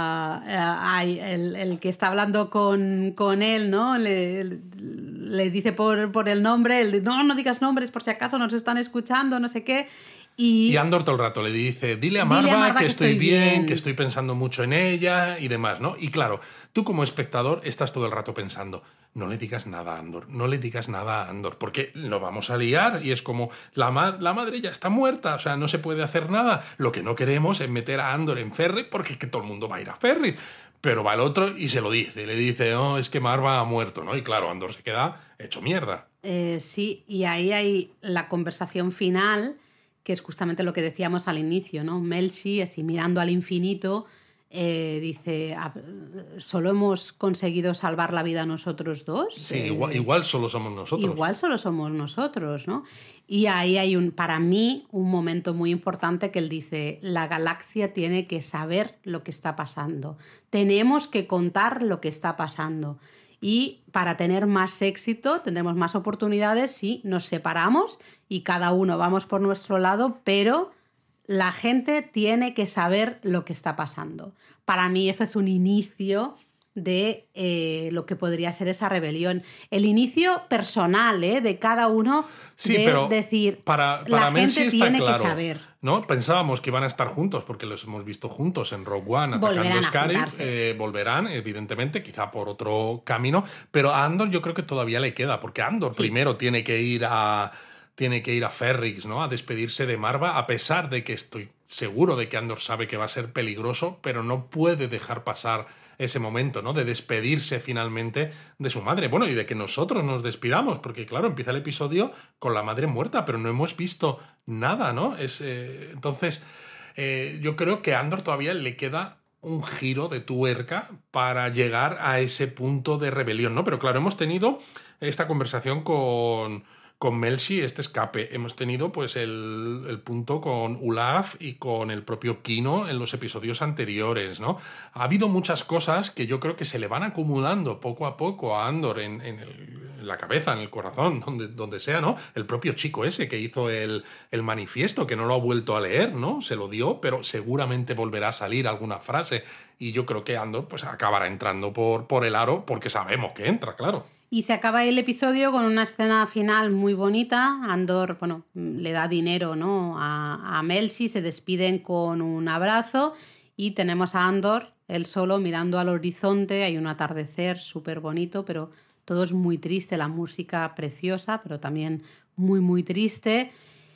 Speaker 2: uh, el, el que está hablando con, con él, ¿no? Le, le dice por, por el nombre, él dice, no, no digas nombres por si acaso nos están escuchando, no sé qué. Y,
Speaker 1: y Andor todo el rato le dice, dile a Marva,
Speaker 2: dile a Marva
Speaker 1: que,
Speaker 2: que
Speaker 1: estoy,
Speaker 2: estoy
Speaker 1: bien,
Speaker 2: bien,
Speaker 1: que estoy pensando mucho en ella y demás, ¿no? Y claro, tú como espectador estás todo el rato pensando, no le digas nada a Andor, no le digas nada a Andor, porque lo vamos a liar y es como, la, ma- la madre ya está muerta, o sea, no se puede hacer nada. Lo que no queremos es meter a Andor en Ferry porque es que todo el mundo va a ir a Ferry. Pero va el otro y se lo dice, le dice, no, es que Marva ha muerto, ¿no? Y claro, Andor se queda hecho mierda.
Speaker 2: Eh, sí, y ahí hay la conversación final, que es justamente lo que decíamos al inicio, ¿no? Melshi, así mirando al infinito, eh, dice, ¿solo hemos conseguido salvar la vida nosotros dos?
Speaker 1: Sí,
Speaker 2: eh,
Speaker 1: igual, igual solo somos nosotros.
Speaker 2: Igual solo somos nosotros, ¿no? Y ahí hay, un, para mí, un momento muy importante que él dice, la galaxia tiene que saber lo que está pasando. Tenemos que contar lo que está pasando. Y para tener más éxito, tendremos más oportunidades si nos separamos y cada uno vamos por nuestro lado, pero la gente tiene que saber lo que está pasando. Para mí eso es un inicio de eh, lo que podría ser esa rebelión. El inicio personal, ¿eh? De cada uno,
Speaker 1: sí,
Speaker 2: de
Speaker 1: pero
Speaker 2: decir,
Speaker 1: para,
Speaker 2: la
Speaker 1: para
Speaker 2: gente
Speaker 1: Melshi está
Speaker 2: tiene
Speaker 1: claro,
Speaker 2: que saber.
Speaker 1: ¿no? Pensábamos que iban a estar juntos porque los hemos visto juntos en Rogue One atacando
Speaker 2: Volverán
Speaker 1: a
Speaker 2: a
Speaker 1: Scarif.
Speaker 2: juntarse.
Speaker 1: Eh, volverán, evidentemente, quizá por otro camino, pero a Andor yo creo que todavía le queda, porque Andor
Speaker 2: Sí.
Speaker 1: primero tiene que ir a... tiene que ir a Ferrix, ¿no? A despedirse de Marva, a pesar de que estoy seguro de que Andor sabe que va a ser peligroso, pero no puede dejar pasar ese momento, ¿no? De despedirse finalmente de su madre. Bueno, y de que nosotros nos despidamos, porque claro, empieza el episodio con la madre muerta, pero no hemos visto nada, ¿no? Es, eh, entonces, eh, yo creo que a Andor todavía le queda un giro de tuerca para llegar a ese punto de rebelión, ¿no? Pero claro, hemos tenido esta conversación con... con Melshi, este escape. Hemos tenido pues el, el punto con Ulaf y con el propio Kino en los episodios anteriores, ¿no? Ha habido muchas cosas que yo creo que se le van acumulando poco a poco a Andor en, en, el, en la cabeza, en el corazón, donde, donde sea, ¿no? El propio chico ese que hizo el, el manifiesto, que no lo ha vuelto a leer, ¿no? Se lo dio, pero seguramente volverá a salir alguna frase. Y yo creo que Andor pues acabará entrando por, por el aro porque sabemos que entra, claro.
Speaker 2: Y se acaba el episodio con una escena final muy bonita. Andor, bueno, le da dinero, ¿no? a, a Melshi, se despiden con un abrazo y tenemos a Andor, él solo mirando al horizonte. Hay un atardecer súper bonito, pero todo es muy triste, la música preciosa, pero también muy, muy triste.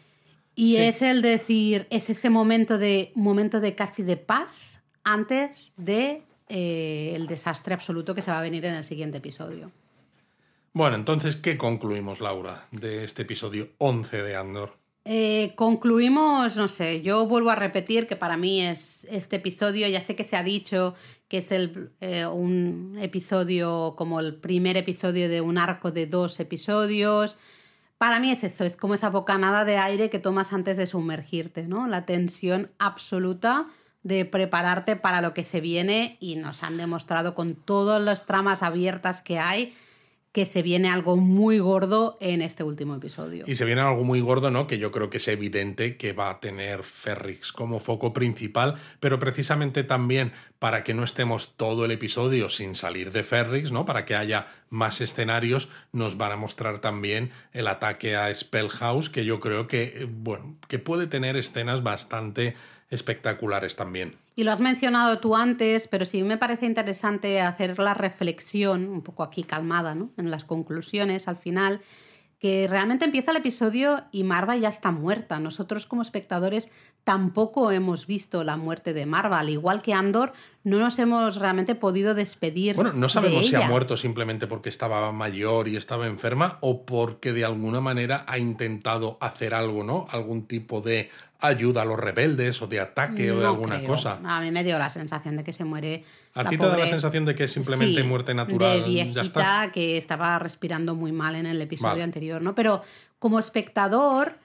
Speaker 2: Y sí. es el decir, es ese momento de, momento de casi de paz antes de eh, el desastre absoluto que se va a venir en el siguiente episodio.
Speaker 1: Bueno, entonces, ¿qué concluimos, Laura, de este episodio once de Andor?
Speaker 2: Eh, concluimos, no sé, yo vuelvo a repetir que para mí es este episodio, ya sé que se ha dicho que es el, eh, un episodio como el primer episodio de un arco de dos episodios. Para mí es eso, es como esa bocanada de aire que tomas antes de sumergirte, ¿no? La tensión absoluta de prepararte para lo que se viene, y nos han demostrado con todas las tramas abiertas que hay que se viene algo muy gordo en este último episodio.
Speaker 1: Y se viene algo muy gordo, ¿no? Que yo creo que es evidente que va a tener Ferrix como foco principal, pero precisamente también para que no estemos todo el episodio sin salir de Ferrix, ¿no? Para que haya más escenarios, nos van a mostrar también el ataque a Spellhouse, que yo creo que, bueno, que puede tener escenas bastante espectaculares también.
Speaker 2: Y lo has mencionado tú antes, pero sí me parece interesante hacer la reflexión, un poco aquí calmada, ¿no? En las conclusiones, al final, que realmente empieza el episodio y Marva ya está muerta. Nosotros como espectadores tampoco hemos visto la muerte de Marva, al igual que Andor, no nos hemos realmente podido despedir.
Speaker 1: Bueno, no sabemos
Speaker 2: de
Speaker 1: si
Speaker 2: ella.
Speaker 1: ha muerto simplemente porque estaba mayor y estaba enferma o porque de alguna manera ha intentado hacer algo, ¿no? Algún tipo de ayuda a los rebeldes o de ataque
Speaker 2: no
Speaker 1: o de alguna
Speaker 2: creo.
Speaker 1: cosa.
Speaker 2: A mí me dio la sensación de que se muere.
Speaker 1: ¿A
Speaker 2: la
Speaker 1: ti te
Speaker 2: pobre...
Speaker 1: da la sensación de que es simplemente
Speaker 2: sí,
Speaker 1: muerte natural?
Speaker 2: De viejita
Speaker 1: ya está?
Speaker 2: que estaba respirando muy mal en el episodio
Speaker 1: vale.
Speaker 2: anterior, ¿no? Pero como espectador,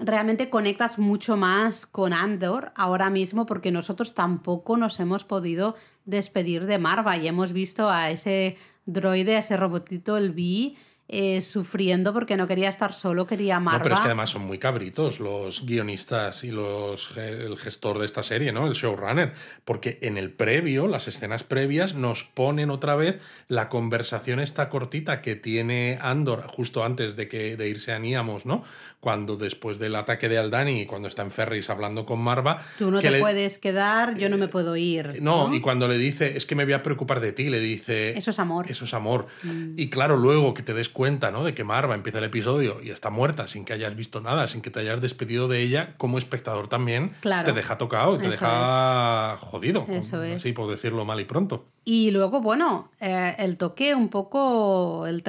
Speaker 2: realmente conectas mucho más con Andor ahora mismo porque nosotros tampoco nos hemos podido despedir de Marva y hemos visto a ese droide, a ese robotito, el B, eh, sufriendo porque no quería estar solo, quería a Marva.
Speaker 1: No, pero es que además son muy cabritos los guionistas y los el gestor de esta serie, ¿no? El showrunner, porque en el previo, las escenas previas, nos ponen otra vez la conversación esta cortita que tiene Andor justo antes de, que, de irse a Niamos, ¿no? Cuando después del ataque de Aldhani, cuando está en Ferris hablando con Marva...
Speaker 2: Tú no
Speaker 1: que
Speaker 2: te
Speaker 1: le...
Speaker 2: puedes quedar, yo no me puedo ir.
Speaker 1: No,
Speaker 2: ¿no?
Speaker 1: Y cuando le dice, es que me voy a preocupar de ti, le dice...
Speaker 2: Eso es amor.
Speaker 1: Eso es amor.
Speaker 2: Mm.
Speaker 1: Y claro, luego que te des cuenta, ¿no? De que Marva empieza el episodio y está muerta sin que hayas visto nada, sin que te hayas despedido de ella, como espectador también
Speaker 2: claro.
Speaker 1: te deja tocado, te
Speaker 2: Eso
Speaker 1: deja es. jodido.
Speaker 2: Eso
Speaker 1: así
Speaker 2: es.
Speaker 1: por decirlo mal y pronto.
Speaker 2: Y luego, bueno, eh, el toque un poco, el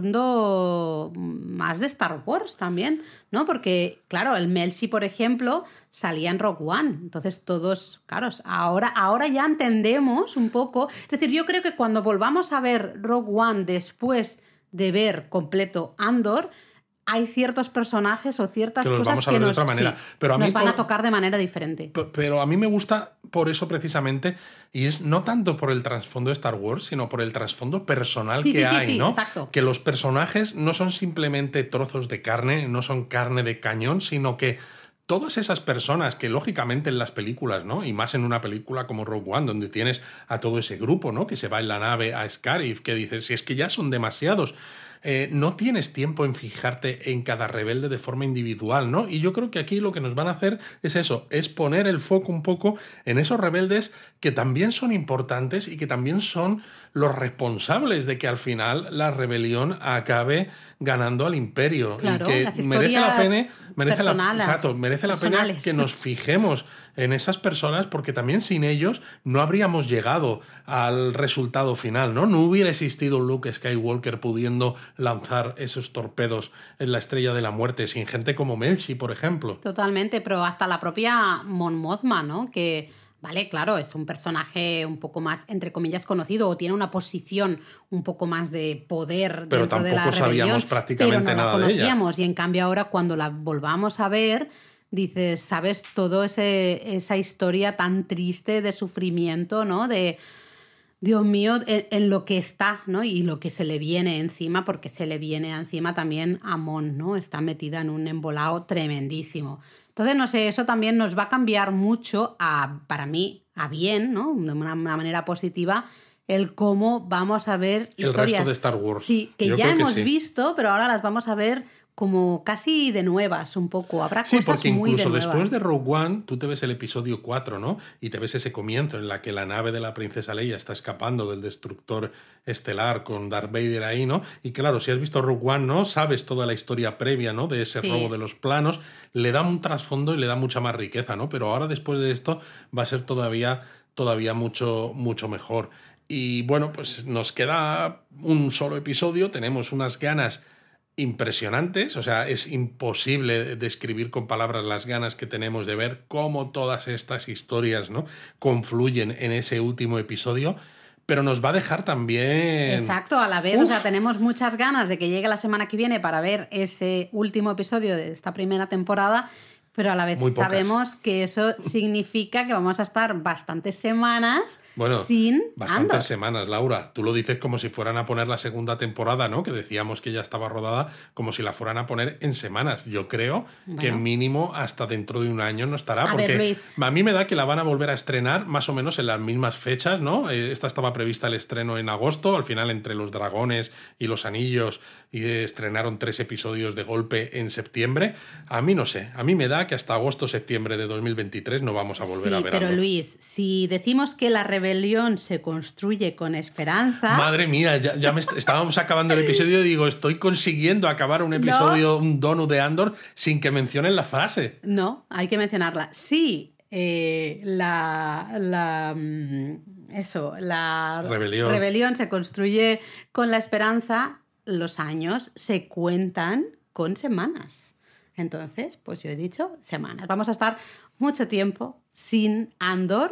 Speaker 2: trasfondo más de Star Wars también, ¿no? Porque, claro, el Melshi, por ejemplo, salía en Rogue One. Entonces todos, claro, ahora, ahora ya entendemos un poco. Es decir, yo creo que cuando volvamos a ver Rogue One después de ver completo Andor, hay ciertos personajes o ciertas
Speaker 1: que
Speaker 2: cosas que nos, sí,
Speaker 1: pero a
Speaker 2: nos
Speaker 1: mí
Speaker 2: van
Speaker 1: por,
Speaker 2: a tocar de manera diferente.
Speaker 1: Pero a mí me gusta por eso precisamente, y es no tanto por el trasfondo de Star Wars, sino por el trasfondo personal
Speaker 2: sí,
Speaker 1: que
Speaker 2: sí,
Speaker 1: hay,
Speaker 2: sí, sí,
Speaker 1: ¿no?
Speaker 2: Exacto.
Speaker 1: Que los personajes no son simplemente trozos de carne, no son carne de cañón, sino que todas esas personas que lógicamente en las películas, ¿no? Y más en una película como Rogue One, donde tienes a todo ese grupo, ¿no? Que se va en la nave a Scarif, que dices, si es que ya son demasiados. Eh, no tienes tiempo en fijarte en cada rebelde de forma individual, ¿no? Y yo creo que aquí lo que nos van a hacer es eso, es poner el foco un poco en esos rebeldes que también son importantes y que también son los responsables de que al final la rebelión acabe ganando al imperio.
Speaker 2: Claro,
Speaker 1: y que merece la pena, merece la, exacto, merece la pena que nos fijemos en esas personas, porque también sin ellos no habríamos llegado al resultado final, ¿no? No hubiera existido Luke Skywalker pudiendo lanzar esos torpedos en la Estrella de la Muerte sin gente como Melshi, por ejemplo.
Speaker 2: Totalmente, pero hasta la propia Mon Mothma, ¿no? Que, vale, claro, es un personaje un poco más, entre comillas, conocido o tiene una posición un poco más de poder
Speaker 1: pero
Speaker 2: dentro de la rebelión.
Speaker 1: Pero tampoco sabíamos prácticamente
Speaker 2: pero no
Speaker 1: nada
Speaker 2: la conocíamos,
Speaker 1: de ella.
Speaker 2: Y en cambio ahora cuando la volvamos a ver, dices, ¿sabes? Todo ese esa historia tan triste de sufrimiento, ¿no? De... Dios mío, en, en lo que está, ¿no? Y lo que se le viene encima, porque se le viene encima también a Mon, ¿no? Está metida en un embolado tremendísimo. Entonces, no sé, eso también nos va a cambiar mucho, a, para mí, a bien, ¿no? De una, una manera positiva, el cómo vamos a ver historias.
Speaker 1: El resto de Star Wars.
Speaker 2: Sí, que
Speaker 1: Yo
Speaker 2: ya hemos
Speaker 1: que sí.
Speaker 2: visto, pero ahora las vamos a ver como casi de nuevas un poco. Habrá
Speaker 1: sí,
Speaker 2: cosas
Speaker 1: porque
Speaker 2: muy
Speaker 1: incluso
Speaker 2: de
Speaker 1: después
Speaker 2: nuevas.
Speaker 1: de Rogue One, tú te ves el episodio cuatro, ¿no? Y te ves ese comienzo en la que la nave de la princesa Leia está escapando del destructor estelar con Darth Vader ahí, ¿no? Y claro, si has visto Rogue One, ¿no? Sabes toda la historia previa, ¿no? De ese
Speaker 2: Sí.
Speaker 1: robo de los planos. Le da un trasfondo y le da mucha más riqueza, ¿no? Pero ahora, después de esto, va a ser todavía, todavía mucho, mucho mejor. Y bueno, pues nos queda un solo episodio. Tenemos unas ganas impresionantes, o sea, es imposible describir con palabras las ganas que tenemos de ver cómo todas estas historias, ¿no? confluyen en ese último episodio, pero nos va a dejar también...
Speaker 2: Exacto, a la vez,
Speaker 1: Uf.
Speaker 2: o sea, tenemos muchas ganas de que llegue la semana que viene para ver ese último episodio de esta primera temporada, pero a la vez
Speaker 1: Muy pocas.
Speaker 2: sabemos que eso significa que vamos a estar bastantes semanas
Speaker 1: Bueno,
Speaker 2: sin
Speaker 1: bastantes
Speaker 2: Andor.
Speaker 1: semanas, Laura. Tú lo dices como si fueran a poner la segunda temporada, ¿no? Que decíamos que ya estaba rodada, como si la fueran a poner en semanas. Yo creo
Speaker 2: Bueno.
Speaker 1: que mínimo hasta dentro de un año no estará,
Speaker 2: A
Speaker 1: porque
Speaker 2: ver, Luis.
Speaker 1: a mí me da que la van a volver a estrenar más o menos en las mismas fechas, ¿no? Eh, Esta estaba prevista el estreno en agosto, al final entre los dragones y los anillos y eh, estrenaron tres episodios de golpe en septiembre. A mí no sé, a mí me da que hasta agosto, septiembre de dos mil veintitrés no vamos a volver
Speaker 2: Sí,
Speaker 1: a ver
Speaker 2: pero
Speaker 1: Andor.
Speaker 2: Luis, si decimos que la rebelión se construye con esperanza...
Speaker 1: Madre mía, ya, ya me est- estábamos acabando el episodio y digo, estoy consiguiendo acabar un episodio, un donut de Andor, sin que mencionen la frase.
Speaker 2: No, hay que mencionarla. Sí, eh, la, la mm, eso, la
Speaker 1: Rebelión.
Speaker 2: rebelión se construye con la esperanza, los años se cuentan con semanas. Entonces, pues yo he dicho semanas. Vamos a estar mucho tiempo sin Andor.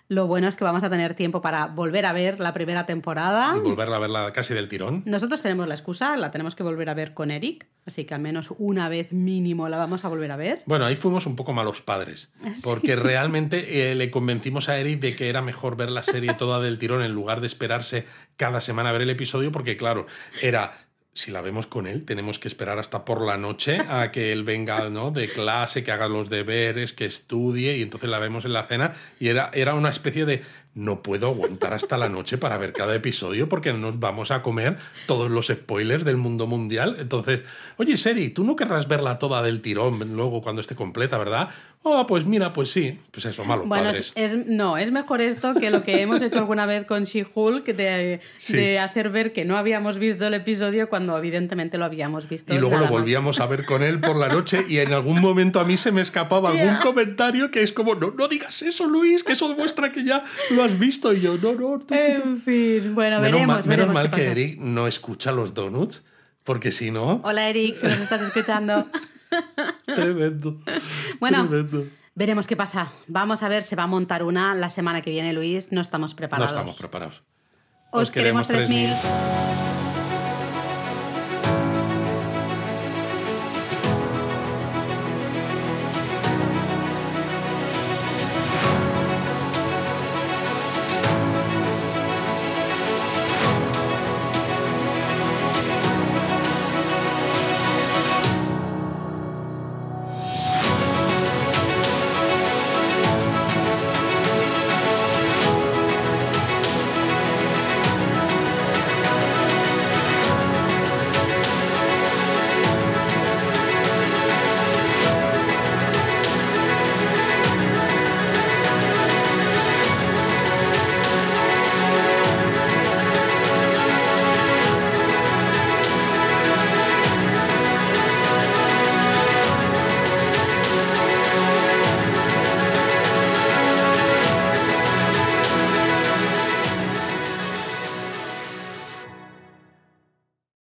Speaker 2: Lo bueno es que vamos a tener tiempo para volver a ver la primera temporada.
Speaker 1: Y volverla a verla casi del tirón.
Speaker 2: Nosotros tenemos la excusa, la tenemos que volver a ver con Eric, así que al menos una vez mínimo la vamos a volver a ver.
Speaker 1: Bueno, ahí fuimos un poco malos padres,
Speaker 2: Sí.
Speaker 1: porque realmente eh, le convencimos a Eric de que era mejor ver la serie toda del tirón en lugar de esperarse cada semana a ver el episodio, porque claro, era... Si la vemos con él, tenemos que esperar hasta por la noche a que él venga, ¿no?, de clase, que haga los deberes, que estudie, y entonces la vemos en la cena. Y era, era una especie de no puedo aguantar hasta la noche para ver cada episodio porque nos vamos a comer todos los spoilers del mundo mundial. Entonces, oye, Seri, tú no querrás verla toda del tirón luego cuando esté completa, ¿verdad? Oh, pues mira, pues sí. Pues eso, malos
Speaker 2: bueno,
Speaker 1: padres.
Speaker 2: Es, es, no, es mejor esto que lo que hemos hecho alguna vez con She-Hulk, de,
Speaker 1: Sí.
Speaker 2: de hacer ver que no habíamos visto el episodio cuando evidentemente lo habíamos visto.
Speaker 1: Y luego
Speaker 2: nada
Speaker 1: lo
Speaker 2: más.
Speaker 1: volvíamos a ver con él por la noche y en algún momento a mí se me escapaba algún
Speaker 2: Yeah.
Speaker 1: comentario que es como, no, no digas eso, Luis, que eso demuestra que ya lo has visto. Y yo, no, no. Tú, tú, tú".
Speaker 2: En fin, bueno,
Speaker 1: Menos
Speaker 2: veremos.
Speaker 1: mal, menos
Speaker 2: veremos
Speaker 1: mal
Speaker 2: qué
Speaker 1: que
Speaker 2: pasa.
Speaker 1: Eric no escucha los donuts, porque si no...
Speaker 2: Hola Eric, si nos estás escuchando.
Speaker 1: Tremendo.
Speaker 2: Bueno,
Speaker 1: Tremendo.
Speaker 2: veremos qué pasa. Vamos a ver, se va a montar una la semana que viene, Luis. No estamos
Speaker 1: No
Speaker 2: preparados.
Speaker 1: estamos preparados.
Speaker 2: Os, queremos tres mil.